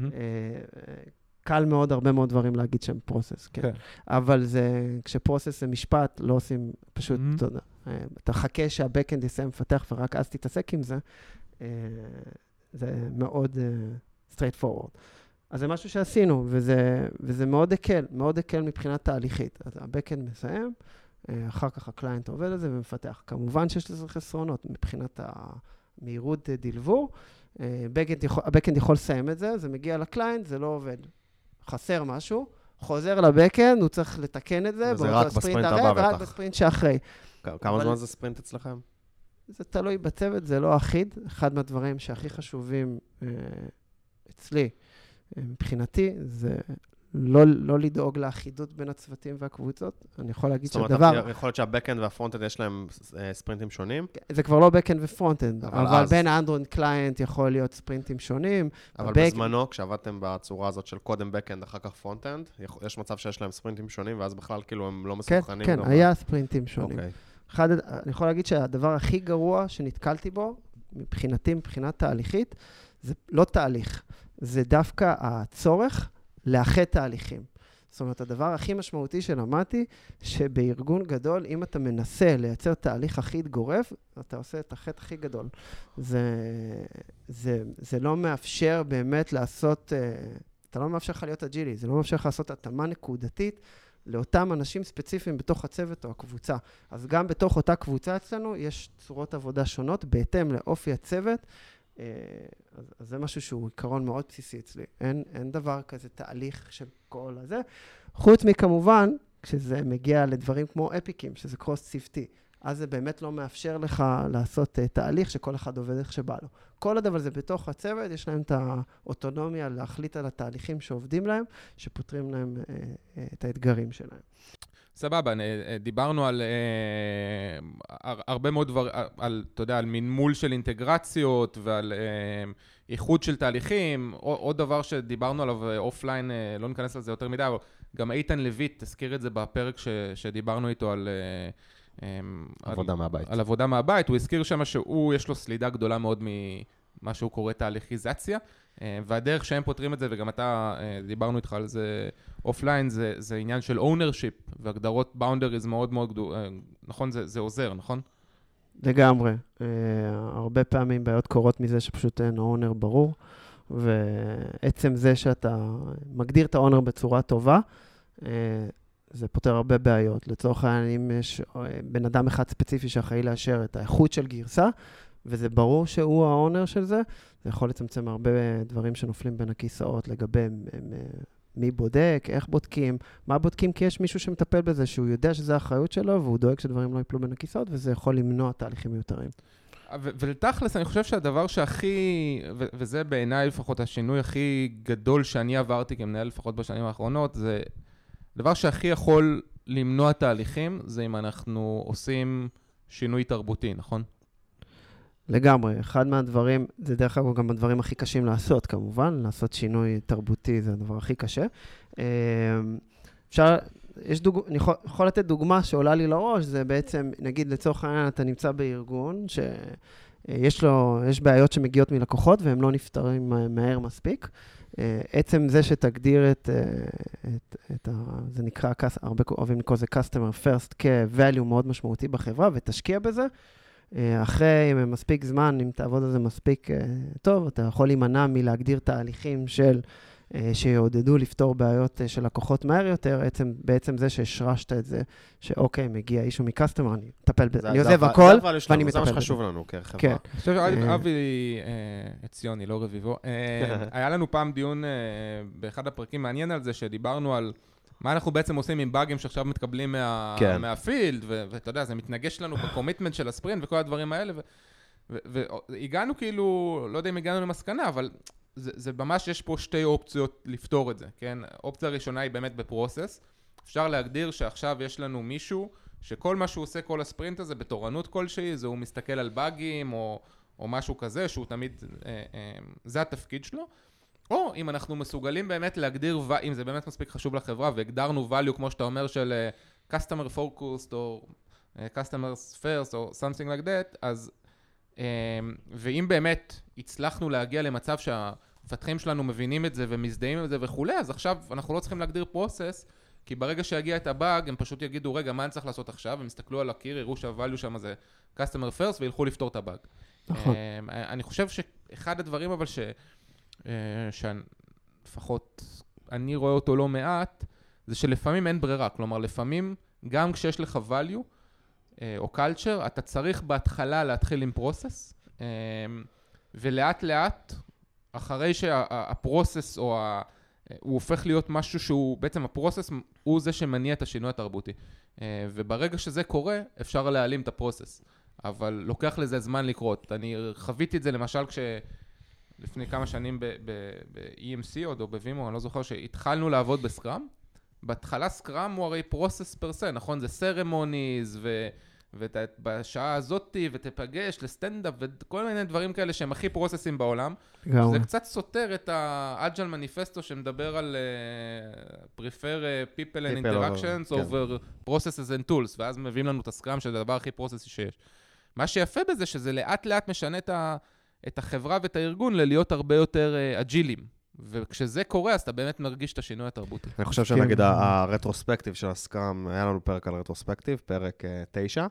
קל מאוד, הרבה מאוד דברים להגיד שהם פרוסס, כן. אבל כשפרוסס זה משפט, לא עושים פשוט, אתה חכה שהבקאנד יסיים מפתח ורק אז תתעסק עם זה, זה מאוד straight forward. אז זה משהו שעשינו, וזה מאוד הקל מבחינה תהליכית. אז הבקאנד מסיים, אחר כך הקליינט עובד על זה ומפתח. כמובן שיש לזה חסרונות מבחינת המהירות דלבור. הבקאנד יכול לסיים את זה, זה מגיע לקליינט, זה לא עובד. חסר משהו, חוזר לבקאנד, הוא צריך לתקן את זה, וזה רק בספרינט הבא בטח. ורק בספרינט שאחרי. כמה זמן זה ספרינט אצלכם? זה תלוי בצוות, זה לא אחיד. אחד מהדברים שהכי חשובים אצלי, מבחינתי, זה לא לדאוג לאחידות בין הצוותים והקבוצות. אני יכול להגיד שהדבר... זאת אומרת, יכול להיות שהבקאנד והפרונטנד יש להם ספרינטים שונים? זה כבר לא בקאנד ופרונטנד, אבל בין האנדרואיד קליינט יכול להיות ספרינטים שונים. אבל בזמנו, כשעבדתם בצורה הזאת של קודם בקאנד, אחר כך פרונטנד, יש מצב שיש להם ספרינטים שונים, ואז בכלל כאילו הם לא מסוכנים. כן, היה ספרינטים שונים. אני יכול להגיד שהדבר הכי גרוע שנתקלתי בו, מבחינת תהליכית, זה לא תהליך, זה דווקא הצורך לאחד תהליכים. זאת אומרת, הדבר הכי משמעותי שלמדתי, שבארגון גדול, אם אתה מנסה לייצר תהליך אחיד גורף, אתה עושה את החטא הכי גדול. זה לא מאפשר באמת לעשות, אתה לא מאפשר לך להיות אג'ילי, זה לא מאפשר לך לעשות התאמה נקודתית, לאותם אנשים ספציפיים בתוך הצוות או הקבוצה. אז גם בתוך אותה קבוצה אצלנו, יש צורות עבודה שונות, בהתאם לאופי הצוות, אז זה משהו שהוא עיקרון מאוד בסיסי אצלי. אין דבר כזה תהליך של כל הזה. חוץ מכמובן, כשזה מגיע לדברים כמו אפיקים, שזה קרוס צוותי, אז זה באמת לא מאפשר לך לעשות תהליך שכל אחד עובד איך שבא לו. כל הדבר זה בתוך הצוות, יש להם את האוטונומיה להחליט על התהליכים שעובדים להם, שפותרים להם את האתגרים שלהם. סבבה, דיברנו על הרבה מאוד דבר, אתה יודע, על מנמול של אינטגרציות ועל איחוד של תהליכים. עוד דבר שדיברנו עליו אופליין, לא ניכנס לזה יותר מדי, אבל גם איתן לויט, תזכיר את זה בפרק שדיברנו איתו על עבודה מהבית. על עבודה מהבית. הוא הזכיר שם שהוא, יש לו סלידה גדולה מאוד ממה שהוא קורא תהליכיזציה, והדרך שהם פותרים את זה, וגם אתה, דיברנו איתך על זה אופליין, זה עניין של ownership, והגדרות boundaries מאוד מאוד גדול, נכון? זה עוזר, נכון? לגמרי. הרבה פעמים בעיות קורות מזה שפשוט אין owner ברור, ועצם זה שאתה מגדיר את ה-owner בצורה טובה, זה פותר הרבה בעיות. לצורך העניין, אם יש בן אדם אחד ספציפי שאחראי לאשר את האיכות של גרסה, וזה ברור שהוא האונר של זה, זה יכול לצמצם הרבה דברים שנופלים בין הכיסאות לגבי מי בודק, איך בודקים, מה בודקים, כי יש מישהו שמטפל בזה, שהוא יודע שזה האחריות שלו, והוא דואג שדברים לא ייפלו בין הכיסאות, וזה יכול למנוע תהליכים מיותרים. ולתכלס, אני חושב שהדבר שהכי, וזה בעיניי לפחות השינוי הכי גדול שאני עברתי כמנהל לפחות בשנים האחרונות, זה דבר שהכי יכול למנוע תהליכים, זה אם אנחנו עושים שינוי תרבותי, נכון? לגמרי. אחד מהדברים, זה דרך אגב גם הדברים הכי קשים לעשות, כמובן. לעשות שינוי תרבותי זה הדבר הכי קשה. אני יכול לתת דוגמה שעולה לי לראש, זה בעצם, נגיד לצורך העניין, אתה נמצא בארגון שיש בעיות שמגיעות מלקוחות, והם לא נפתרים מהר מספיק. עצם זה שתגדיר זה נקרא, הרבה אוהבים לקרוא זה customer first כ-value מאוד משמעותי בחברה, ותשקיע בזה. אחרי מספיק זמן, אם תעבוד על זה מספיק טוב, אתה יכול להימנע מלהגדיר תהליכים שיעודדו לפתור בעיות של לקוחות מהר יותר, בעצם זה שהשרשת את זה, שאוקיי, מגיע אישו מקסטומר, אני מטפל בזה, אני עוזב הכל, ואני מטפל בזה. זה מה שחשוב לנו כחברה. כן. אבי עציוני, לא רביבו, היה לנו פעם דיון באחד הפרקים מעניין על זה, שדיברנו על מה אנחנו בעצם עושים עם באגים שעכשיו מתקבלים מהפילד, ואתה יודע, זה מתנגש לנו בקומיטמנט של הספרינט וכל הדברים האלה, והגענו כאילו, לא יודע אם הגענו למסקנה, אבל זה ממש, יש פה שתי אופציות לפתור את זה, כן? האופציה הראשונה היא באמת בפרוסס. אפשר להגדיר שעכשיו יש לנו מישהו שכל מה שהוא עושה כל הספרינט הזה בתורנות כלשהי, זה הוא מסתכל על באגים או משהו כזה, שהוא תמיד, זה התפקיד שלו. או אם אנחנו מסוגלים באמת להגדיר, אם זה באמת מספיק חשוב לחברה, והגדרנו value, כמו שאתה אומר, של customer focused, או customers first, או something like that, אז, ואם באמת הצלחנו להגיע למצב שהמפתחים שלנו מבינים את זה, ומזדהים את זה וכו', אז עכשיו אנחנו לא צריכים להגדיר process, כי ברגע שיגיע את הבאג, הם פשוט יגידו, רגע, מה אני צריך לעשות עכשיו? הם יסתכלו על הקיר, יראו שהvalue שם זה customer first, וילכו לפתור את הבאג. נכון. אני חושב שאחד הדברים, אבל שלפחות אני רואה אותו לא מעט, זה שלפעמים אין ברירה. כלומר, לפעמים, גם כשיש לך value או culture, אתה צריך בהתחלה להתחיל עם process, ולאט לאט, אחרי שהפרוסס או הוא הופך להיות משהו שהוא, בעצם הפרוסס הוא זה שמניע את השינוי התרבותי. וברגע שזה קורה, אפשר להעלים את הפרוסס. אבל לוקח לזה זמן לקרות. אני חוויתי את זה למשל לפני כמה שנים ב-EMC או בווימו, אני לא זוכר שהתחלנו לעבוד בסקראם. בהתחלה סקראם הוא הרי פרוסס פרסה, נכון? זה סרמוניז ובשעה הזאת ותפגש לסטנדאפ וכל מיני דברים כאלה שהם הכי פרוססים בעולם. זה קצת סותר את ה-Agile Manifesto שמדבר על prefer people and interactions over processes and tools, ואז מביאים לנו את הסקראם שזה הדבר הכי פרוססי שיש. מה שיפה בזה שזה לאט לאט משנה את החברה ואת הארגון ללהיות הרבה יותר אג'ילים. וכשזה קורה, אז אתה באמת מרגיש את השינוי התרבותי. אני חושב שנגיד הרטרוספקטיב של הסקראם, היה לנו פרק על רטרוספקטיב, פרק 9.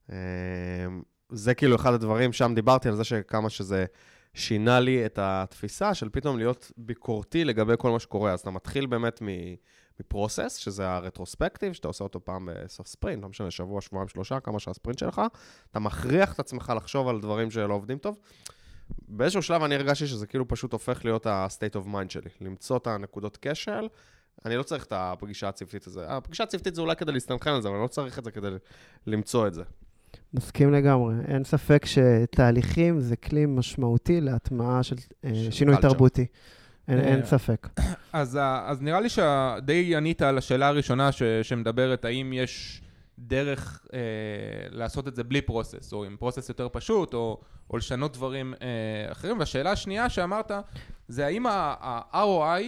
זה כאילו אחד הדברים, שם דיברתי על זה שכמה שזה שינה לי את התפיסה של פתאום להיות ביקורתי לגבי כל מה שקורה. אז אתה מתחיל באמת מפרוסס, שזה הרטרוספקטיב, שאתה עושה אותו פעם בסוף ספרינט, לא משנה, שבוע, שבועיים, 3, כמה שהספרינט שלך, אתה מכריח את עצמך לחשוב על דברים שלא עובדים טוב. באיזשהו שלב אני הרגשתי שזה כאילו פשוט הופך להיות ה-state of mind שלי, למצוא את הנקודות כשל, אני לא צריך את הפגישה הצוותית הזה. הפגישה הצוותית זה אולי כדי להסתנכרן על זה, אבל אני לא צריך את זה כדי למצוא את זה. מסכים לגמרי. אין ספק שתהליכים זה כלי משמעותי להטמעה של שינוי תרבותי. אין ספק. אז נראה לי שדי ענית על השאלה הראשונה שמדברת, האם יש דרך לעשות את זה בלי פרוסס, או עם פרוסס יותר פשוט, או לשנות דברים אחרים. והשאלה השנייה שאמרת, זה האם ה-ROI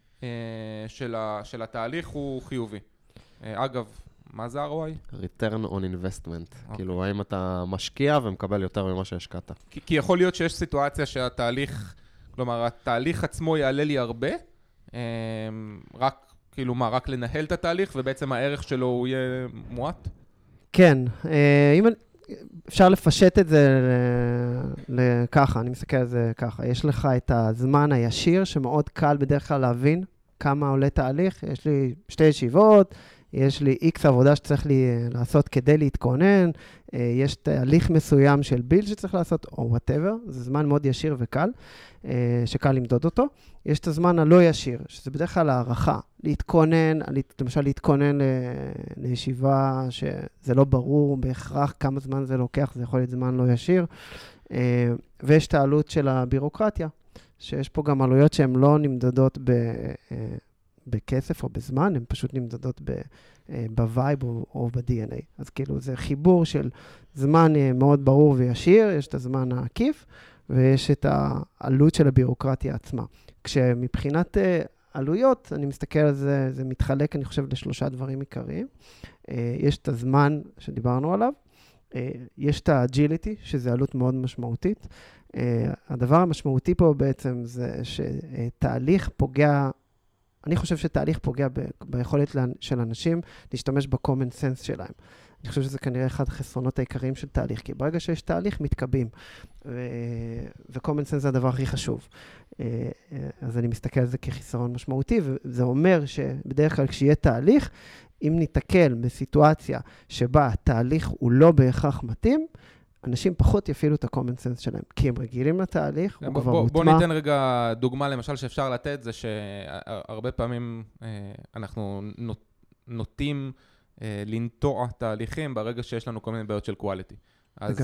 של התהליך הוא חיובי. אגב, מה זה ROI? Return on Investment. כאילו, האם אתה משקיע ומקבל יותר ממה שהשקעת. כי יכול להיות שיש סיטואציה שהתהליך, כלומר, התהליך עצמו יעלה לי הרבה, רק כאילו מה, רק לנהל את התהליך, ובעצם הערך שלו הוא יהיה מועט? כן, אם אפשר לפשט את זה ככה, אני מסתכל על זה ככה, יש לך את הזמן הישיר, שמאוד קל בדרך כלל להבין כמה עולה תהליך, יש לי 2 ישיבות, יש לי X עבודה שצריך לי לעשות כדי להתכונן, יש תהליך מסוים של ביל שצריך לעשות, או whatever, זה זמן מאוד ישיר וקל, שקל למדוד אותו. יש את הזמן הלא ישיר, שזה בדרך כלל הערכה, להתכונן, למשל להתכונן לישיבה שזה לא ברור בהכרח כמה זמן זה לוקח, זה יכול להיות זמן לא ישיר, ויש את העלות של הבירוקרטיה, שיש פה גם עלויות שהן לא נמדדות בכסף או בזמן, הן פשוט נמדדות בווייב או ב-DNA. אז כאילו זה חיבור של זמן מאוד ברור וישיר, יש את הזמן העקיף, ויש את העלות של הבירוקרטיה עצמה. כשמבחינת עלויות, אני מסתכל על זה, זה מתחלק, אני חושב, ל3 דברים עיקריים. יש את הזמן שדיברנו עליו, יש את האג'יליטי, שזה עלות מאוד משמעותית. הדבר המשמעותי פה בעצם זה שתהליך פוגע, אני חושב שתהליך פוגע ביכולת של אנשים להשתמש ב-common sense שלהם. אני חושב שזה כנראה אחד החסרונות העיקריים של תהליך, כי ברגע שיש תהליך, מתקבים. ו-common sense זה הדבר הכי חשוב. אז אני מסתכל על זה כחיסרון משמעותי, וזה אומר שבדרך כלל כשיהיה תהליך, אם ניתקל בסיטואציה שבה התהליך הוא לא בהכרח מתאים, אנשים פחות יפעילו את ה-common sense שלהם, כי הם רגילים לתהליך, הוא כבר מוטמע. בוא ניתן רגע דוגמה, למשל, שאפשר לתת, זה שהרבה פעמים אנחנו נוטים לנטוע תהליכים ברגע שיש לנו כל מיני בעיות של quality. אז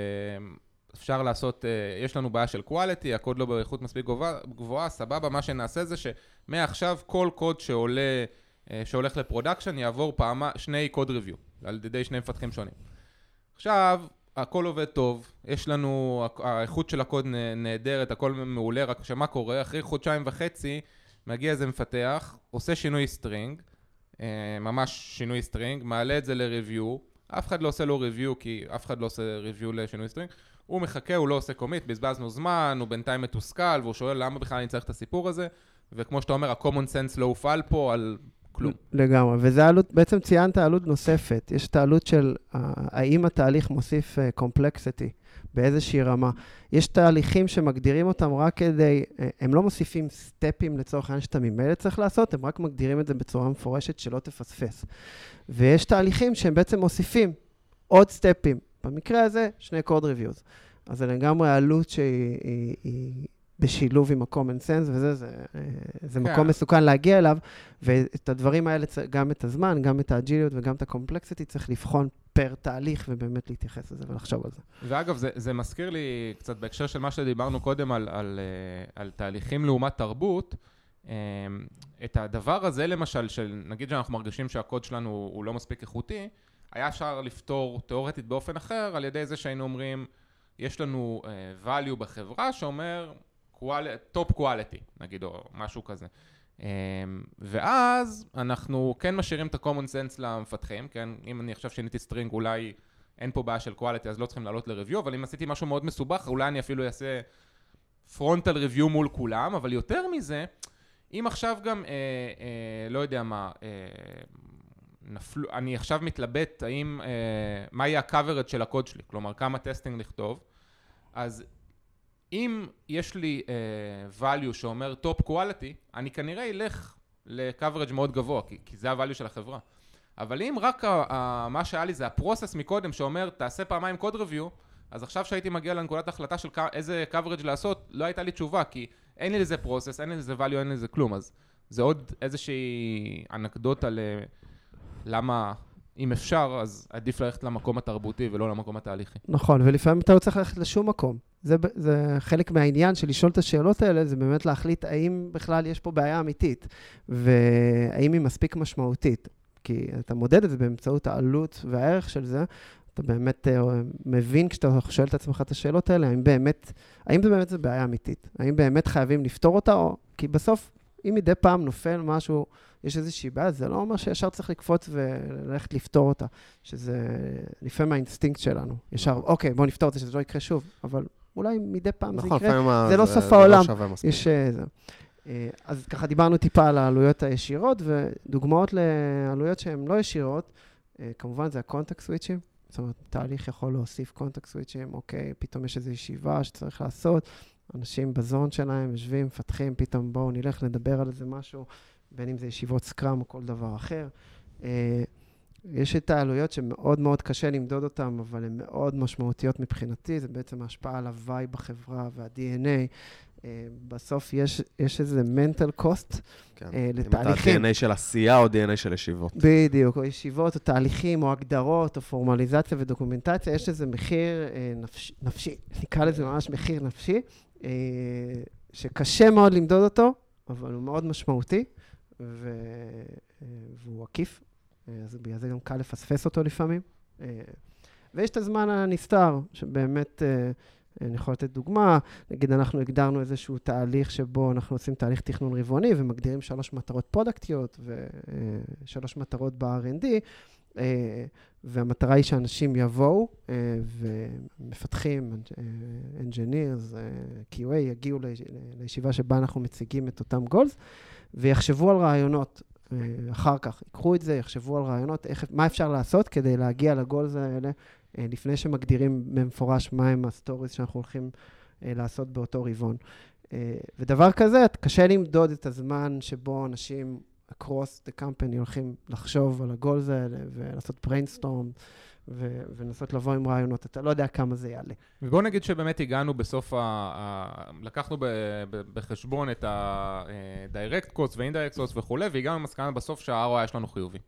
אפשר לעשות, יש לנו בעיה של quality, הקוד לא באיכות מספיק גבוהה, סבבה, מה שנעשה זה שמעכשיו כל קוד שהולך לפרודקשן יעבור 2 קוד ריוויו, על ידי 2 מפתחים שונים. עכשיו, הכל עובד טוב, יש לנו, האיכות של הקוד נהדרת, הכל מעולה, רק שמה קורה, אחרי 1.5 חודשים, מגיע איזה מפתח, עושה שינוי סטרינג, ממש שינוי סטרינג, מעלה את זה לריוויו, אף אחד לא עושה לו ריוויו, כי אף אחד לא עושה ריוויו לשינוי סטרינג, הוא מחכה, הוא לא עושה קומיט, בזבזנו זמן, הוא בינתיים מתוסכל, והוא שואל למה בכלל אני צריך את הסיפור הזה, וכמו שאתה אומר, ה-common sense לא הופעל פה על כלום. לגמרי, וזה עלות, בעצם ציינת עלות נוספת, יש את העלות של האם התהליך מוסיף complexity באיזושהי רמה. יש תהליכים שמגדירים אותם רק כדי, הם לא מוסיפים סטפים לצורך העניין שאתה ממילא צריך לעשות, הם רק מגדירים את זה בצורה מפורשת שלא תפספס. ויש תהליכים שהם בעצם מוסיפים עוד סטפים, במקרה הזה 2 code reviews. אז זה לגמרי העלות שהיא בשילוב עם ה-common sense, וזה מקום מסוכן להגיע אליו, ואת הדברים האלה, גם את הזמן, גם את האג'יליות וגם את ה-complexity, צריך לבחון פר תהליך, ובאמת להתייחס לזה ולחשוב על זה. ואגב, זה מזכיר לי קצת בהקשר של מה שדיברנו קודם על תהליכים לעומת תרבות, את הדבר הזה למשל, נגיד שאנחנו מרגישים שהקוד שלנו הוא לא מספיק איכותי, היה אפשר לפתור תיאורטית באופן אחר, על ידי זה שהיינו אומרים, יש לנו value בחברה שאומר, top quality, נגיד, או משהו כזה. ואז אנחנו כן משאירים את ה-common sense למפתחים, כן? אם אני עכשיו שיניתי סטרינג, אולי אין פה בעיה של quality, אז לא צריכים לעלות לריוויו, אבל אם עשיתי משהו מאוד מסובך, אולי אני אפילו אעשה frontal review מול כולם, אבל יותר מזה, אם עכשיו גם, לא יודע מה, אני עכשיו מתלבט האם, מה יהיה ה-coverage של הקוד שלי, כלומר, כמה טסטינג לכתוב, אז אם יש לי value שאומר top quality, אני כנראה אלך ל-coverage מאוד גבוה, כי זה ה-value של החברה. אבל אם רק מה שהיה לי זה הפרוסס מקודם שאומר, תעשה פעמיים code review, אז עכשיו שהייתי מגיע לנקודת החלטה של איזה coverage לעשות, לא הייתה לי תשובה, כי אין לי לזה פרוסס, אין לי לזה value, אין לי לזה כלום. אז זה עוד איזושהי אנקדוטה למה, אם אפשר, אז עדיף ללכת למקום התרבותי ולא למקום התהליכי. נכון, ולפעמים אתה לא צריך ללכת לשום מקום. זה חלק מהעניין של לשאול את השאלות האלה, זה באמת להחליט האם בכלל יש פה בעיה אמיתית, והאם היא מספיק משמעותית. כי אתה מודד את זה באמצעות העלות והערך של זה, אתה באמת מבין כשאתה שואל את עצמך את השאלות האלה, האם זה באמת בעיה אמיתית? האם באמת חייבים לפתור אותה? או כי בסוף, אם מדי פעם נופל משהו, יש איזושהי בעיה, זה לא אומר שישר צריך לקפוץ וללכת לפתור אותה, שזה לפעמים האינסטינקט שלנו. ישר, אוקיי, בוא נפתור את זה, שזה לא יקרה שוב, אבל אולי מדי פעם זה יקרה, זה לא סוף העולם. יש זה. אז ככה דיברנו טיפה על העלויות הישירות, ודוגמאות לעלויות שהן לא ישירות, כמובן זה הקונטקסט סוויצ'ים, זאת אומרת, תהליך יכול להוסיף קונטקסט סוויצ'ים, אוקיי, פתאום יש איזו ישיבה שצריך לעשות, אנשים בזון שלהם יושבים, מפתחים, פתאום בואו נלך לדבר על איזה משהו, בין אם זה ישיבות סקראם או כל דבר אחר. יש את העלויות שמאוד מאוד קשה למדוד אותן, אבל הן מאוד משמעותיות מבחינתי, זה בעצם ההשפעה על הוואי בחברה וה-DNA. בסוף יש איזה mental cost לתהליכים. אם אתה DNA של עשייה או DNA של ישיבות. בדיוק, או ישיבות או תהליכים או הגדרות או פורמליזציה ודוקומנטציה, יש איזה מחיר נפשי, נקרא לזה ממש מחיר נפשי, שקשה מאוד למדוד אותו, אבל הוא מאוד משמעותי, והוא עקיף, אז בגלל זה גם קל לפספס אותו לפעמים. ויש את הזמן הנסתר, שבאמת אני יכול לתת דוגמה, נגיד אנחנו הגדרנו איזשהו תהליך שבו אנחנו עושים תהליך תכנון רבעוני, ומגדירים 3 מטרות פרודקטיות, ו3 מטרות ב-R&D, והמטרה היא שאנשים יבואו, ומפתחים, engineers, QA, יגיעו לישיבה שבה אנחנו מציגים את אותם גולס, ויחשבו על רעיונות אחר כך, יקחו את זה, יחשבו על רעיונות, מה אפשר לעשות כדי להגיע לגולס האלה, לפני שמגדירים במפורש מהם הסטוריז שאנחנו הולכים לעשות באותו רבעון. ודבר כזה, קשה למדוד את הזמן שבו אנשים across the company הולכים לחשוב על הגולס האלה, ולעשות brainstorm, ולנסות לבוא עם רעיונות. אתה לא יודע כמה זה יעלה. ובואו נגיד שבאמת הגענו בסוף, לקחנו בחשבון את ה-direct cost ו-indirect cost וכו', והגענו למסקנה בסוף שה-ROI שלנו חיובי.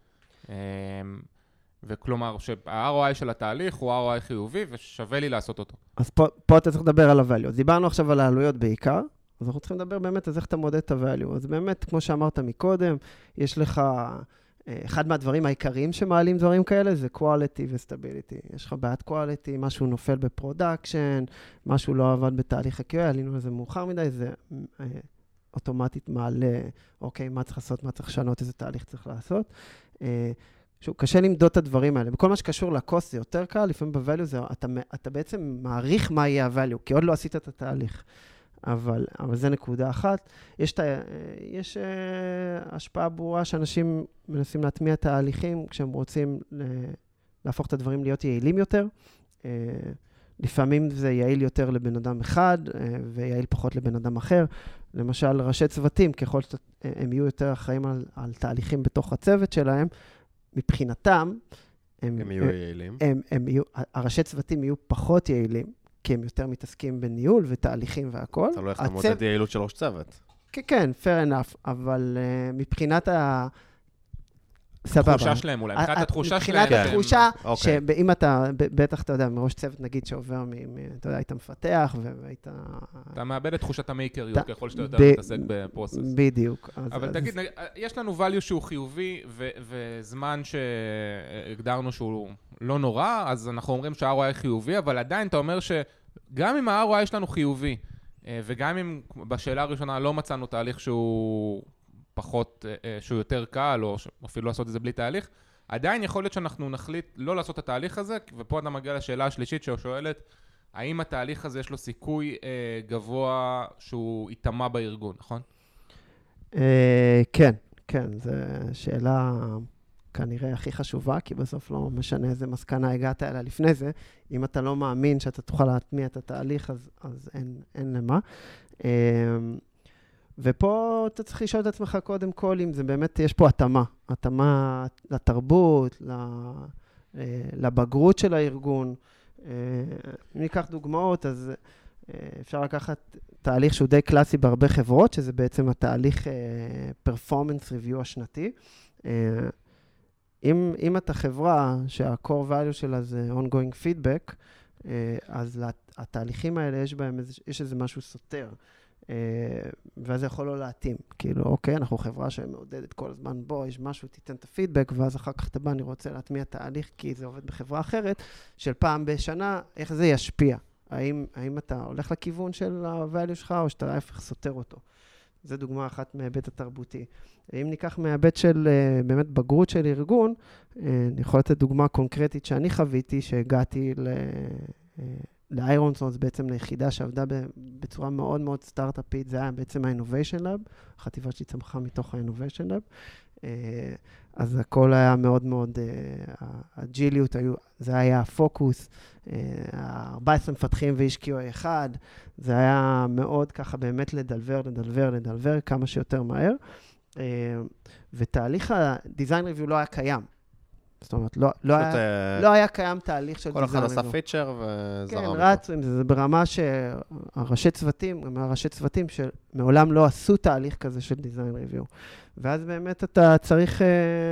וכלומר, שה-ROI של התהליך הוא ROI חיובי, ושווה לי לעשות אותו. אז פה אתה צריך לדבר על ה-value. דיברנו עכשיו על העלויות בעיקר, אז אנחנו צריכים לדבר באמת על איך אתה מודד את ה-value. אז באמת, כמו שאמרת מקודם, יש לך אחד מהדברים העיקריים שמעלים דברים כאלה זה quality ו-stability. יש לך בעיית quality, משהו נופל בפרודקשן, משהו לא עבד בתהליך ה-QA, עלינו לזה מאוחר מדי, זה אוטומטית מעלה, אוקיי, מה צריך לעשות, מה צריך לשנות, איזה תהליך צריך לעשות. קשה למדוד את הדברים האלה. בכל מה שקשור לקוסט זה יותר קל, לפעמים ב-value אתה בעצם מעריך מה יהיה ה-value, כי עוד לא עשית את התהליך. אבל זה נקודה אחת. יש השפעה ברורה שאנשים מנסים להטמיע תהליכים כשהם רוצים להפוך את הדברים להיות יעילים יותר. לפעמים זה יעיל יותר לבן אדם אחד ויעיל פחות לבן אדם אחר. למשל, ראשי צוותים, ככל שהם יהיו יותר אחראים על תהליכים בתוך הצוות שלהם, מבחינתם, הם יהיו יעילים. הראשי צוותים יהיו פחות יעילים, כי הם יותר מתעסקים בניהול ותהליכים והכל. אתה לא איך למודד יעילות של ראש צוות. כן, fair enough, אבל מבחינת סבבה. התחושה שלהם אולי, מבחינת התחושה שלהם. מבחינת התחושה, שאם אתה, בטח אתה יודע, מראש צוות נגיד שעובר, אתה יודע, היית מפתח והיית... אתה מאבד את תחושת המייקריות, ככל שאתה יותר מתעסק בפרוסס. בדיוק. אבל תגיד, יש לנו value שהוא חיובי, וזמן שהגדרנו שהוא לא נורא, אז אנחנו אומרים שה-ROI חיובי, אבל עדיין אתה אומר שגם אם ה-ROI שלנו חיובי, וגם אם בשאלה הראשונה לא מצאנו תהליך שהוא פחות, שהוא יותר קל, או אפילו לעשות את זה בלי תהליך, עדיין יכול להיות שאנחנו נחליט לא לעשות את התהליך הזה, ופה אתה מגיע לשאלה השלישית ששואלת, האם התהליך הזה יש לו סיכוי גבוה שהוא יתאמה בארגון, נכון? כן, זו שאלה כנראה הכי חשובה, כי בסוף לא משנה איזה מסקנה הגעת אליה לפני זה. אם אתה לא מאמין שאתה תוכל להטמיע את התהליך, אז אין למה. ופה אתה צריך לשאול את עצמך קודם כל, אם זה באמת, יש פה התאמה לתרבות, לבגרות של הארגון. אם ניקח דוגמאות, אז אפשר לקחת תהליך שהוא די קלאסי בהרבה חברות, שזה בעצם התהליך performance review השנתי. אם אתה חברה שה-core value שלה זה ongoing feedback, אז התהליכים האלה יש איזה משהו סותר. ואז זה יכול לא להתאים. כאילו, אוקיי, אנחנו חברה שמעודדת כל הזמן, בוא, יש משהו, תיתן את הפידבק, ואז אחר כך אתה בא, אני רוצה להטמיע תהליך, כי זה עובד בחברה אחרת, של פעם בשנה, איך זה ישפיע? האם אתה הולך לכיוון של ה-value שלך, או שאתה ההפך סותר אותו? זו דוגמה אחת מההיבט התרבותי. אם ניקח מההיבט של באמת בגרות של ארגון, אני יכול לתת דוגמה קונקרטית שאני חוויתי, שהגעתי לאיירונסון, זה בעצם ליחידה שעבדה בצורה מאוד מאוד סטארט-אפית, זה היה בעצם ה-Innovation Lab, החטיבה שלי צמחה מתוך ה-Innovation Lab, אז הכל היה מאוד מאוד, הג'יליות, זה היה הפוקוס, 14 מפתחים ואיש QA אחד, זה היה מאוד ככה באמת לדלבר כמה שיותר מהר, ותהליך ה-Design Review לא היה קיים. זאת אומרת, לא היה קיים תהליך של דיזיין ריוויו. כל אחד עשה פיצ'ר וזרם. כן, רצו עם זה. זה ברמה שהראשי צוותים, גם הראשי צוותים שמעולם לא עשו תהליך כזה של דיזיין ריוויו. ואז באמת אתה צריך...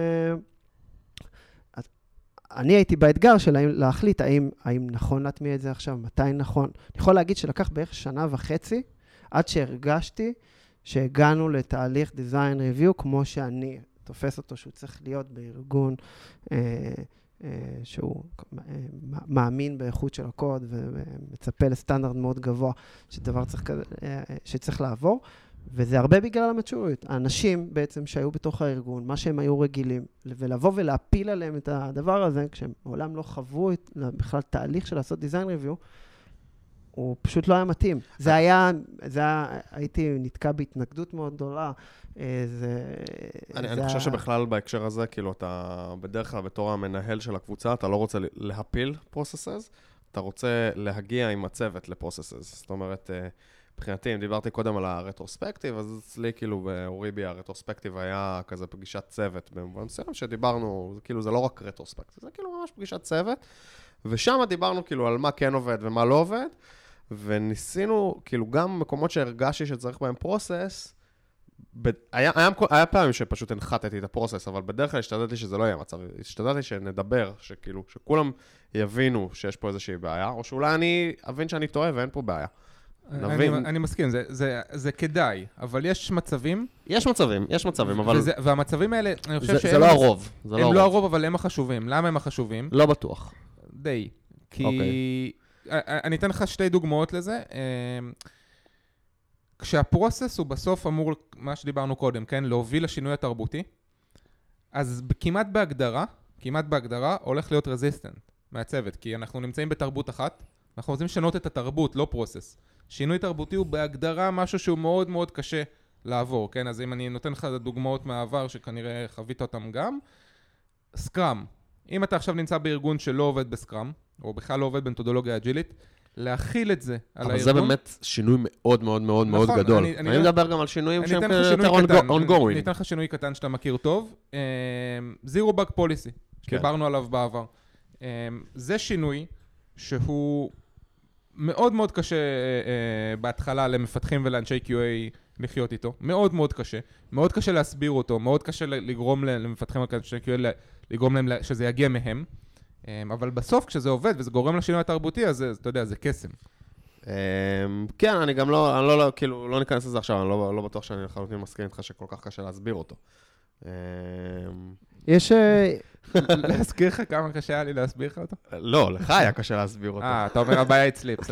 אני הייתי באתגר של להחליט האם נכון להטמיע את זה עכשיו, מתי נכון. אני יכול להגיד שלקח בערך 1.5 שנה עד שהרגשתי שהגענו לתהליך דיזיין ריוויו כמו שאני תופס אותו שהוא צריך להיות בארגון שהוא מאמין באיכות של הקוד ומצפה לסטנדרט מאוד גבוה שצריך לעבור, וזה הרבה בגלל המצ'וריות. האנשים בעצם שהיו בתוך הארגון, מה שהם היו רגילים, ולבוא ולהפיל עליהם את הדבר הזה, כשהם מעולם לא חוו בכלל תהליך של לעשות דיזיין ריוויו, הוא פשוט לא היה מתאים. זה היה, הייתי נתקע בהתנגדות מאוד גדולה. אני חושב שבכלל בהקשר הזה, כאילו אתה בדרך כלל בתור המנהל של הקבוצה, אתה לא רוצה להפיל processes, אתה רוצה להגיע עם הצוות לפרוססס. זאת אומרת, מבחינתי, אם דיברתי קודם על הרטרוספקטיב, אז אצלי כאילו באוריבי הרטרוספקטיב היה כזה פגישת צוות במובן מסוים, שדיברנו, כאילו זה לא רק רטרוספקטיב, זה כאילו ממש פגישת צוות, ושם דיברנו כאילו על מה כן עובד ומה לא עובד, וניסינו, כאילו גם מקומות שהרגשתי שצריך בהם פרוסס, היה פעמים שפשוט הנחתתי את הפרוסס, אבל בדרך כלל השתדלתי שזה לא יהיה מצב, השתדלתי שנדבר, שכאילו, שכולם יבינו שיש פה איזושהי בעיה, או שאולי אני אבין שאני טועה ואין פה בעיה. נבין. אני מסכים, זה כדאי, אבל יש מצבים. יש מצבים, אבל... והמצבים האלה, אני חושב זה לא הרוב. הם לא הרוב, אבל הם החשובים. למה הם החשובים? לא בטוח. די. כי... אני אתן לך שתי דוגמאות לזה. כשהפרוסס הוא בסוף אמור, מה שדיברנו קודם, כן? להוביל לשינוי התרבותי, אז כמעט בהגדרה, הולך להיות רזיסטנט מהצוות, כי אנחנו נמצאים בתרבות אחת, אנחנו רוצים לשנות את התרבות, לא פרוסס. שינוי תרבותי הוא בהגדרה משהו שהוא מאוד מאוד קשה לעבור, כן? אז אם אני נותן לך דוגמאות מהעבר שכנראה חווית אותם גם, סקראם. אם אתה עכשיו נמצא בארגון שלא עובד בסקראם, או בכלל לא עובד במתודולוגיה אג'ילית, להכיל את זה על הארגון. אבל זה באמת שינוי מאוד מאוד מאוד מאוד גדול. אני מדבר גם על שינויים שהם יותר ongoing. אני אתן לך שינוי קטן שאתה מכיר טוב. Zero Bug Policy, שדיברנו עליו בעבר. זה שינוי שהוא מאוד מאוד קשה בהתחלה למפתחים ולאנשי QA לחיות איתו. מאוד מאוד קשה. מאוד קשה להסביר אותו, מאוד קשה לגרום למפתחים ולאנשי QA לגרום להם שזה יגיע מהם. אבל בסוף כשזה עובד וזה גורם לשינוי התרבותי, אז אתה יודע, זה קסם. כן, אני גם לא, כאילו, לא ניכנס לזה עכשיו, אני לא בטוח שאני לחלוטין מסכים איתך שכל כך קשה להסביר אותו. יש... להזכיר לך כמה קשה היה לי להסביר לך אותו? לא, לך היה קשה להסביר אותו. אתה אומר הבעיה אצלי, בסדר.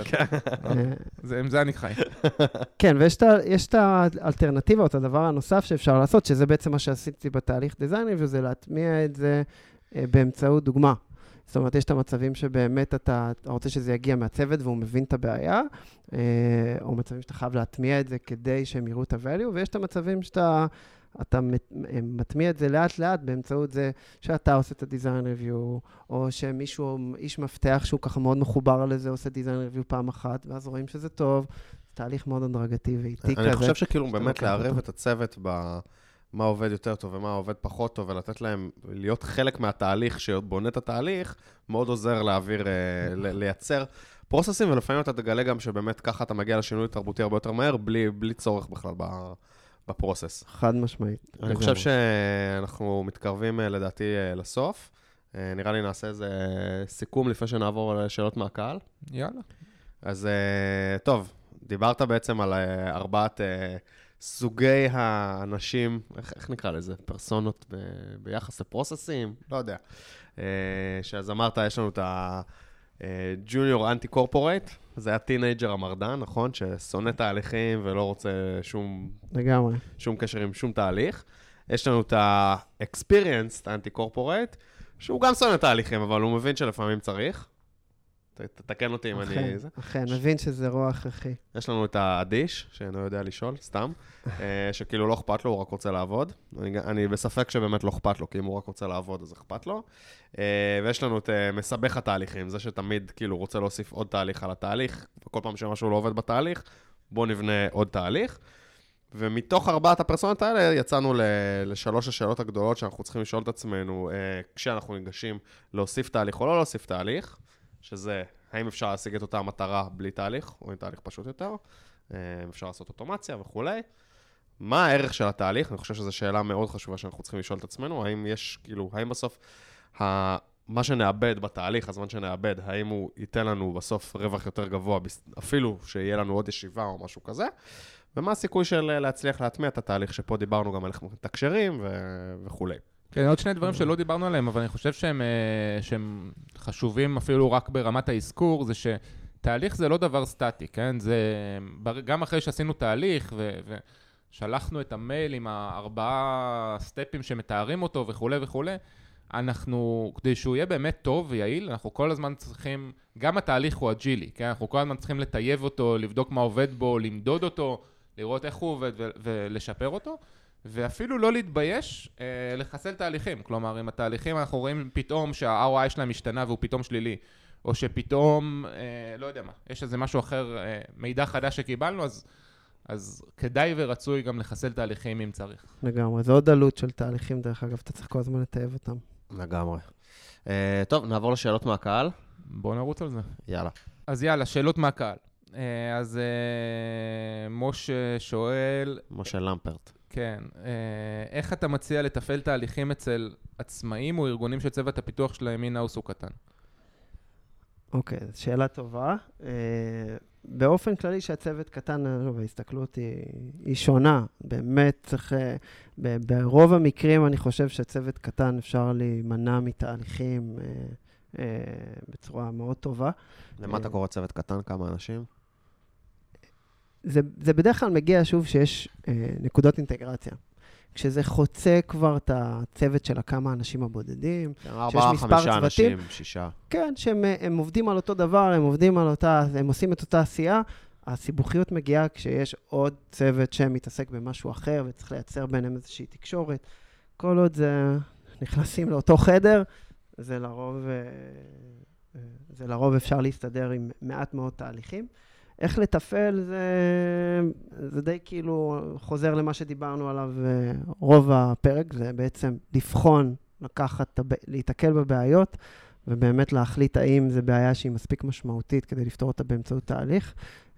עם זה אני חי. כן, ויש את האלטרנטיבה, את הדבר הנוסף שאפשר לעשות, שזה בעצם מה שעשיתי בתהליך דיזיין, וזה להטמיע את זה באמצעות דוגמה. זאת אומרת, יש את המצבים שבאמת אתה רוצה שזה יגיע מהצוות והוא מבין את הבעיה, או מצבים שאתה חייב להטמיע את זה כדי שהם יראו את ה-value, ויש את המצבים שאתה מטמיע את זה לאט לאט באמצעות זה שאתה עושה את ה-design review, או שמישהו, איש מפתח שהוא ככה מאוד מחובר לזה, עושה design review פעם אחת, ואז רואים שזה טוב, תהליך מאוד אדרגתי ואיטי כזה. אני חושב שכאילו באמת לערב את הצוות מה עובד יותר טוב ומה עובד פחות טוב, ולתת להם להיות חלק מהתהליך שבונה את התהליך, מאוד עוזר לייצר פרוססים, ולפעמים אתה תגלה גם שבאמת ככה אתה מגיע לשינוי תרבותי הרבה יותר מהר, בלי צורך בכלל בפרוסס. חד משמעית. אני חושב שאנחנו מתקרבים לדעתי לסוף. נראה לי נעשה איזה סיכום לפני שנעבור לשאלות מהקהל. יאללה. אז טוב, דיברת בעצם על 4 סוגי האנשים, איך נקרא לזה? פרסונות ביחס לפרוססים? לא יודע. שאז אמרת, יש לנו את הג'וניור אנטי קורפורייט, זה היה טינג'ר המרדן, נכון? ששונא תהליכים ולא רוצה שום קשר עם שום תהליך. יש לנו את ה-experienced אנטי קורפורייט, שהוא גם שונא תהליכים, אבל הוא מבין שלפעמים צריך. תתקן אותי אם אני... אכן, מבין שזה רוע הכרחי. יש לנו את האדיש, שאינו יודע לשאול, סתם, שכאילו לא אכפת לו, הוא רק רוצה לעבוד. אני בספק שבאמת לא אכפת לו, כי אם הוא רק רוצה לעבוד, אז אכפת לו. ויש לנו את מסבך התהליכים, זה שתמיד כאילו רוצה להוסיף עוד תהליך על התהליך, וכל פעם שמשהו לא עובד בתהליך, בוא נבנה עוד תהליך. ומתוך 4 הפרסונות האלה יצאנו ל3 השאלות הגדולות שאנחנו צריכים לשאול את עצמנו, כשאנחנו ניגשים להוסיף תהליך או לא להוסיף תהליך, שזה, האם אפשר להשיג את אותה המטרה בלי תהליך, או עם תהליך פשוט יותר, אפשר לעשות אוטומציה וכו'. מה הערך של התהליך? אני חושב שזו שאלה מאוד חשובה שאנחנו צריכים לשאול את עצמנו, האם יש, כאילו, האם בסוף, מה שנאבד בתהליך, הזמן שנאבד, האם הוא ייתן לנו בסוף רווח יותר גבוה, אפילו שיהיה לנו עוד ישיבה או משהו כזה, ומה הסיכוי של להצליח להטמיע את התהליך, שפה דיברנו גם על תקשרים וכו'. כן, עוד 2 דברים שלא דיברנו עליהם, אבל אני חושב שהם חשובים אפילו רק ברמת האזכור, זה שתהליך זה לא דבר סטטי, כן? זה, גם אחרי שעשינו תהליך ושלחנו את המייל עם 4 סטפים שמתארים אותו וכו' וכו', אנחנו, כדי שהוא יהיה באמת טוב ויעיל, אנחנו כל הזמן צריכים, גם התהליך הוא אג'ילי, כן? אנחנו כל הזמן צריכים לטייב אותו, לבדוק מה עובד בו, למדוד אותו, לראות איך הוא עובד ולשפר אותו. ואפילו לא להתבייש לחסל תהליכים. כלומר, אם התהליכים אנחנו רואים פתאום שה-ROI שלהם משתנה והוא פתאום שלילי, או שפתאום, לא יודע מה, יש איזה משהו אחר, מידע חדש שקיבלנו, אז כדאי ורצוי גם לחסל תהליכים אם צריך. לגמרי, זה עוד עלות של תהליכים, דרך אגב, אתה צריך כל הזמן לטייב אותם. לגמרי. טוב, נעבור לשאלות מהקהל. בואו נרוץ על זה. יאללה. אז יאללה, שאלות מהקהל. אז משה שואל... משה למפרט. כן. איך אתה מציע לתפעל תהליכים אצל עצמאים או ארגונים שצוות הפיתוח שלהם אין-האוס הוא קטן? אוקיי, שאלה טובה. באופן כללי שהצוות קטן, וההסתכלות היא שונה. באמת צריך, ברוב המקרים אני חושב שהצוות קטן אפשר להימנע מתהליכים בצורה מאוד טובה. למה אתה קורא צוות קטן? כמה אנשים? זה בדרך כלל מגיע שוב שיש נקודות אינטגרציה. כשזה חוצה כבר את הצוות של כמה אנשים הבודדים, 4, 5 אנשים, 6. כן, שהם עובדים על אותו דבר, הם עושים את אותה עשייה, הסיבוכיות מגיעה כשיש עוד צוות שמתעסק במשהו אחר, וצריך לייצר ביניהם איזושהי תקשורת. כל עוד זה נכנסים לאותו חדר, זה לרוב אפשר להסתדר עם מעט מאוד תהליכים. איך לטפל זה די כאילו חוזר למה שדיברנו עליו רוב הפרק, זה בעצם לבחון, להתקל בבעיות, ובאמת להחליט האם זה בעיה שהיא מספיק משמעותית כדי לפתור אותה באמצעות תהליך,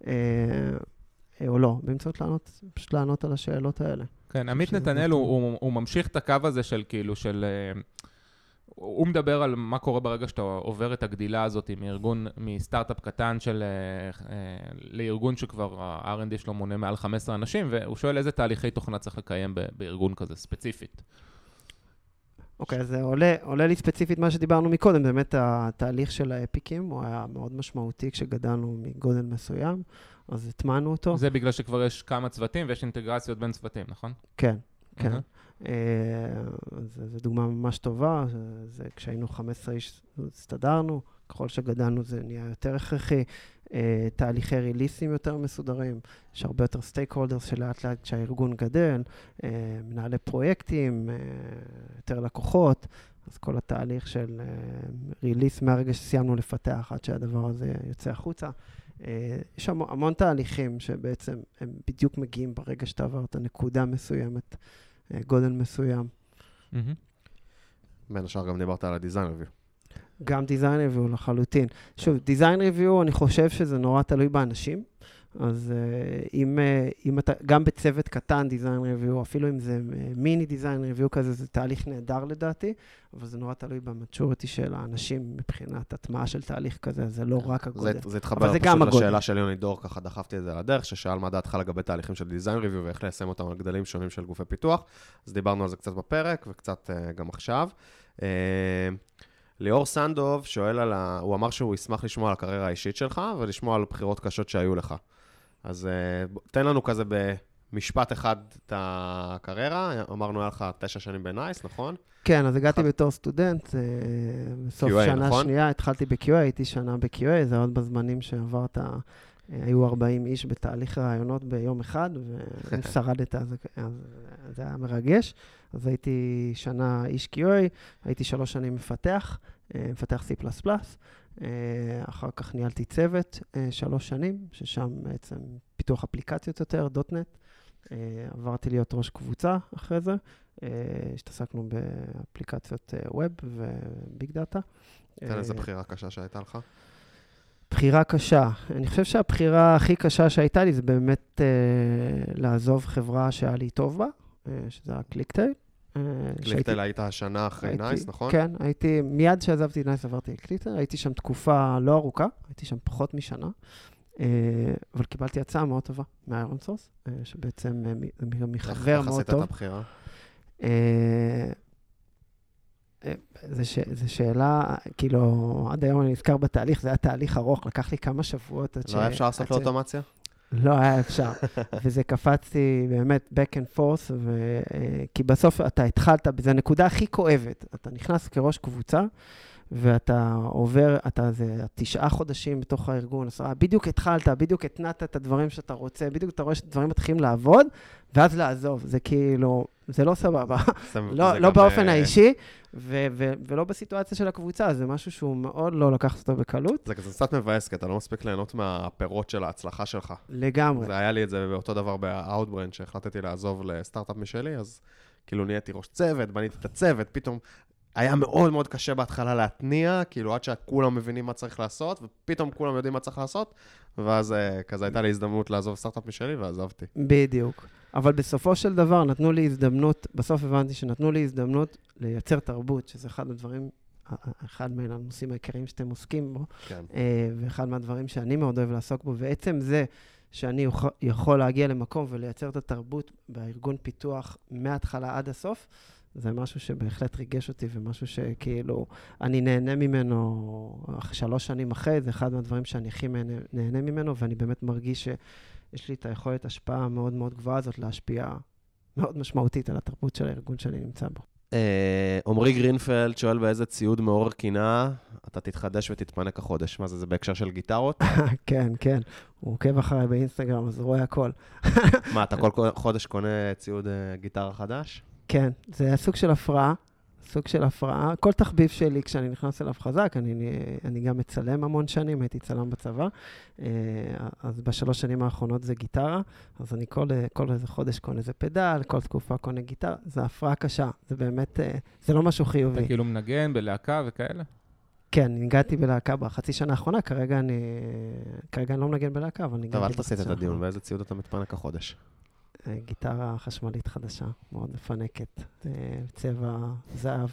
או לא, באמצעות פשוט לענות על השאלות האלה. כן, עמית נתנאל הוא ממשיך את הקו הזה של כאילו, הוא מדבר על מה קורה ברגע שאתה עובר את הגדילה הזאת מסטארט-אפ קטן לארגון שכבר ה-R&D שלו מונה מעל 15 אנשים, והוא שואל איזה תהליכי תוכנה צריך לקיים בארגון כזה ספציפית. אוקיי, אז עולה לי ספציפית מה שדיברנו מקודם, באמת התהליך של האפיקים, הוא היה מאוד משמעותי כשגדלנו מגודל מסוים, אז התמנו אותו. זה בגלל שכבר יש כמה צוותים ויש אינטגרציות בין צוותים, נכון? כן, כן. זו דוגמה ממש טובה, כשהיינו 15 איש הסתדרנו, ככל שגדלנו זה נהיה יותר הכרחי, תהליכי ריליסים יותר מסודרים, יש הרבה יותר סטייק הולדרס שלאט לאט כשהארגון גדל, מנהלי פרויקטים, יותר לקוחות, אז כל התהליך של ריליס מהרגע שסיימנו לפתח עד שהדבר הזה יוצא החוצה. יש המון תהליכים שבעצם הם בדיוק מגיעים ברגע שאתה עברת נקודה מסוימת, גודל מסוים. בין השאר גם דיברת על הדיזיין ריוויו. גם דיזיין ריוויו לחלוטין. שוב, דיזיין ריוויו, אני חושב שזה נורא תלוי באנשים. אז אם אתה, גם בצוות קטן דיזיין ריוויו, אפילו אם זה מיני דיזיין ריוויו כזה, זה תהליך נהדר לדעתי, אבל זה נורא תלוי במצ'וריטי של האנשים מבחינת הטמעה של תהליך כזה, זה לא רק הגודל. זה התחבר פשוט לשאלה של יוני דור, ככה דחפתי את זה לדרך, ששאל מה דעתך לגבי תהליכים של דיזיין ריוויו, ואיך ליישם אותם על גדלים שונים של גופי פיתוח, אז דיברנו על זה קצת בפרק, וקצת גם עכשיו. ליאור סנדוב שואל הוא אמר שהוא ישמח לשמוע על הקריירה האישית שלך, ולשמוע על בחירות קשות שהיו לך. אז תן לנו כזה במשפט אחד את הקריירה, אמרנו היה לך 9 שנים בנייס, נכון? כן, אז הגעתי בתור סטודנט, בסוף שנה שנייה, התחלתי ב-QA, הייתי שנה ב-QA, זה עוד בזמנים שעברת, היו 40 איש בתהליך רעיונות ביום אחד, ואם שרדת, אז זה היה מרגש. אז הייתי שנה איש QA, הייתי 3 שנים מפתח C++, אחר כך ניהלתי צוות 3 שנים, ששם בעצם פיתוח אפליקציות יותר, .NET, עברתי להיות ראש קבוצה אחרי זה, השתעסקנו באפליקציות ווב וביג דאטה. תן איזה בחירה קשה שהייתה לך? בחירה קשה. אני חושב שהבחירה הכי קשה שהייתה לי זה באמת לעזוב חברה שהיה לי טוב בה, שזה הקליקטייל. קליקטייל היית השנה אחרי נייס, נכון? כן, הייתי, מיד שעזבתי נייס עברתי לקליקטייל, הייתי שם תקופה לא ארוכה, הייתי שם פחות משנה, אבל קיבלתי הצעה מאוד טובה מהאיירון סורס, שבעצם מחבר מאוד טוב. איך חסית את הבחירה? זו שאלה, כאילו, עד היום אני נזכר בתהליך, זה היה תהליך ארוך, לקח לי כמה שבועות. לא היה אפשר לעשות לאוטומציה? לא היה אפשר, וזה קפצתי באמת back and forth, כי בסוף אתה התחלת, זו הנקודה הכי כואבת, אתה נכנס כראש קבוצה, ואתה עובר, זה 9 חודשים בתוך הארגון, בדיוק התחלת, בדיוק התנת את הדברים שאתה רוצה, בדיוק אתה רואה שדברים מתחילים לעבוד, ואז לעזוב, זה כאילו, זה לא סבבה, לא באופן האישי, ולא בסיטואציה של הקבוצה, זה משהו שהוא מאוד לא לקח אותו בקלות. זה קצת מבאס, כי אתה לא מספיק ליהנות מהפירות של ההצלחה שלך. לגמרי. זה היה לי את זה באותו דבר ב-Outbrain, שהחלטתי לעזוב לסטארט-אפ משלי, אז כאילו נהייתי ראש צוות, בניתי את הצוות, פתאום היה מאוד מאוד קשה בהתחלה להתניע, כאילו עד שכולם מבינים מה צריך לעשות, ופתאום כולם יודעים מה צריך לעשות, ואז כזה הייתה לי הזדמנות לעזוב סטארט-אפ משלי, ועזבתי. בדיוק. אבל בסופו של דבר נתנו לי הזדמנות, בסוף הבנתי שנתנו לי הזדמנות לייצר תרבות, שזה אחד הדברים אחד מן הנושאים העיקריים שאתם עוסקים בו, כן. ואחד מהדברים שאני מאוד אוהב לעסוק בו, ועצם זה שאני יכול להגיע למקום ולייצר את התרבות בארגון פיתוח מההתחלה עד הסוף, זה משהו שבהחלט ריגש אותי, ומשהו שכאילו אני נהנה ממנו 3 שנים אחרי, זה אחד מהדברים שאני הכי נהנה ממנו, ואני באמת מרגיש שיש לי את היכולת השפעה מאוד מאוד גבוהה הזאת, להשפיע מאוד משמעותית על התרבות של הארגון שאני נמצא בו. עומרי גרינפלד שואל באיזה ציוד מעורר קינה, אתה תתחדש ותתפנק החודש. מה זה, זה בהקשר של גיטרות? כן, כן. הוא עוקב אחריי באינסטגרם, אז הוא רואה הכל. מה, אתה כל חודש קונה ציוד גיטרה חדש? כן, זה סוג של הפרעה. כל תחביב שלי כשאני נכנס אליו חזק, אני גם מצלם המון שנים, הייתי צלם בצבא, אז ב3 שנים האחרונות זה גיטרה, אז אני כל איזה חודש קונה איזה פדל, כל תקופה קונה גיטרה, זה הפרעה קשה, זה באמת, זה לא משהו חיובי. אתה כאילו מנגן בלהקה וכאלה? כן, ניגעתי בלהקה בחצי שנה האחרונה, כרגע אני לא מנגן בלהקה, אבל ניגעתי טוב, אל תעשית את הדיון, באיזה ציוד אתה מתפנק החודש? גיטרה חשמלית חדשה, מאוד מפנקת, צבע זהב.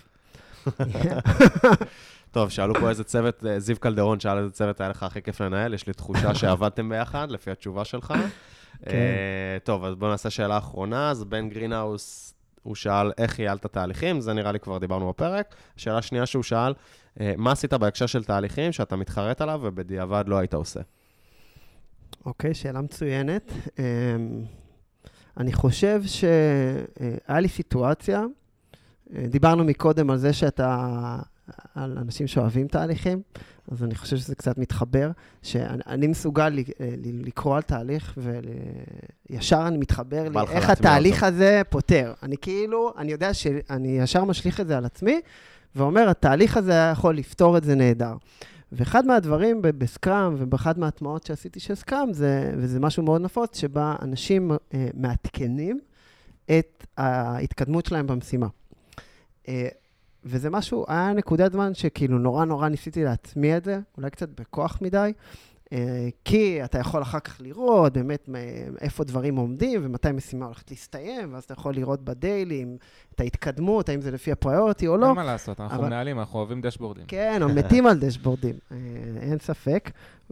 טוב, שאלו פה איזה צוות, זיו קלדרון שאל איזה צוות היה לך הכי כיף לנהל, יש לי תחושה שעבדתם ביחד, לפי התשובה שלך. טוב, אז בואו נעשה שאלה אחרונה, אז בן גרינהאוס, הוא שאל איך ייעלת תהליכים, זה נראה לי כבר דיברנו בפרק. שאלה שנייה שהוא שאל, מה עשית בהקשר של תהליכים שאתה מתחרט עליו ובדיעבד לא היית עושה? אוקיי, שאלה מצוינת. אני חושב שהיה לי סיטואציה, דיברנו מקודם על זה על אנשים שאוהבים תהליכים, אז אני חושב שזה קצת מתחבר, שאני מסוגל לקרוא על תהליך, וישר אני מתחבר לי, איך התהליך הזה פותר. אני יודע שאני ישר משליך את זה על עצמי, ואומר, התהליך הזה יכול לפתור את זה נהדר. ואחד מהדברים בסקראם, ובאחד מההטמעות שעשיתי של סקראם, וזה משהו מאוד נפוץ, שבה אנשים מעדכנים את ההתקדמות שלהם במשימה. וזה משהו, היה נקודת זמן שכאילו נורא ניסיתי להטמיע את זה, אולי קצת בכוח מדי, כי אתה יכול אחר כך לראות באמת איפה דברים עומדים, ומתי משימה הולכת להסתיים, ואז אתה יכול לראות בדיילי את ההתקדמות, האם זה לפי הפריוריטי או לא. אין מה לעשות, אנחנו מנהלים, אנחנו אוהבים דשבורדים. כן, או מתים על דשבורדים, אין ספק.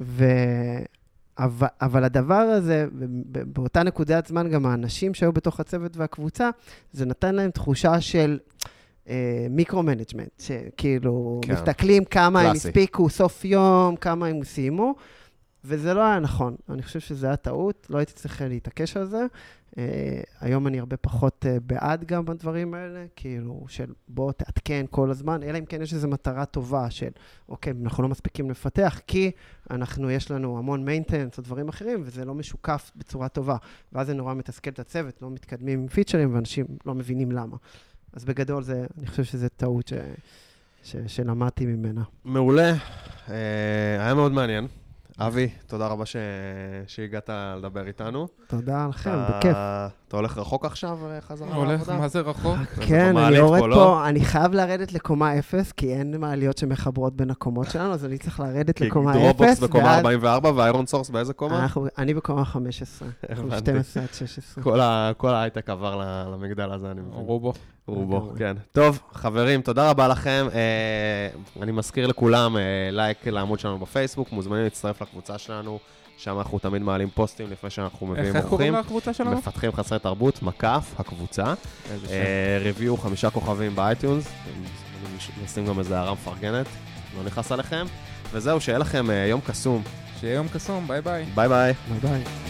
אבל הדבר הזה, באותה נקודת זמן, גם האנשים שהיו בתוך הצוות והקבוצה, זה נתן להם תחושה של מיקרו-מנג'מנט, שכאילו מסתכלים כמה הם הספיקו סוף יום, כמה הם סיימו, וזה לא היה נכון. אני חושב שזה היה טעות, לא הייתי צריך להתעקש על זה. היום אני הרבה פחות בעד גם בדברים האלה, כאילו של בוא תעדכן כל הזמן, אלא אם כן יש איזו מטרה טובה של, אוקיי, אנחנו לא מספיקים לפתח, כי יש לנו המון מיינטנס או דברים אחרים, וזה לא משוקף בצורה טובה. ואז זה נורא מתסכל את הצוות, לא מתקדמים עם פיצ'רים, ואנשים לא מבינים למה. אז בגדול אני חושב שזה טעות שלמדתי ממנה. מעולה, היה מאוד מעניין. אבי, תודה רבה שהגעת לדבר איתנו. תודה לכם, בכיף. אתה הולך רחוק עכשיו חזרה לעבודה? הולך, מה זה רחוק? כן, אני יורד פה, אני חייב לרדת לקומה 0, כי אין מעליות שמחברות בין הקומות שלנו, אז אני צריך לרדת לקומה 0. כי דרופבוקס בקומה 44 ואיירון סורס באיזה קומה? אני בקומה 15, 12 עד 16. כל ההייטק עבר למגדל הזה, אני מבין. רובו, כן. טוב, חברים, תודה רבה לכם. אני מזכיר לכולם, לייק לעמוד שלנו בפייסבוק, מוזמנים להצטרף לקבוצה שלנו, שם אנחנו תמיד מעלים פוסטים לפני שאנחנו מביאים איך קוראים לקבוצה שלנו? מפתחים חסרי תרבות, מקף, הקבוצה. ריוויו 5 כוכבים באייטיונס, נשים גם איזה הערה מפרגנת, לא נכנס עליכם. וזהו, שיהיה לכם יום קסום. שיהיה יום קסום, ביי ביי. ביי ביי. ביי ביי.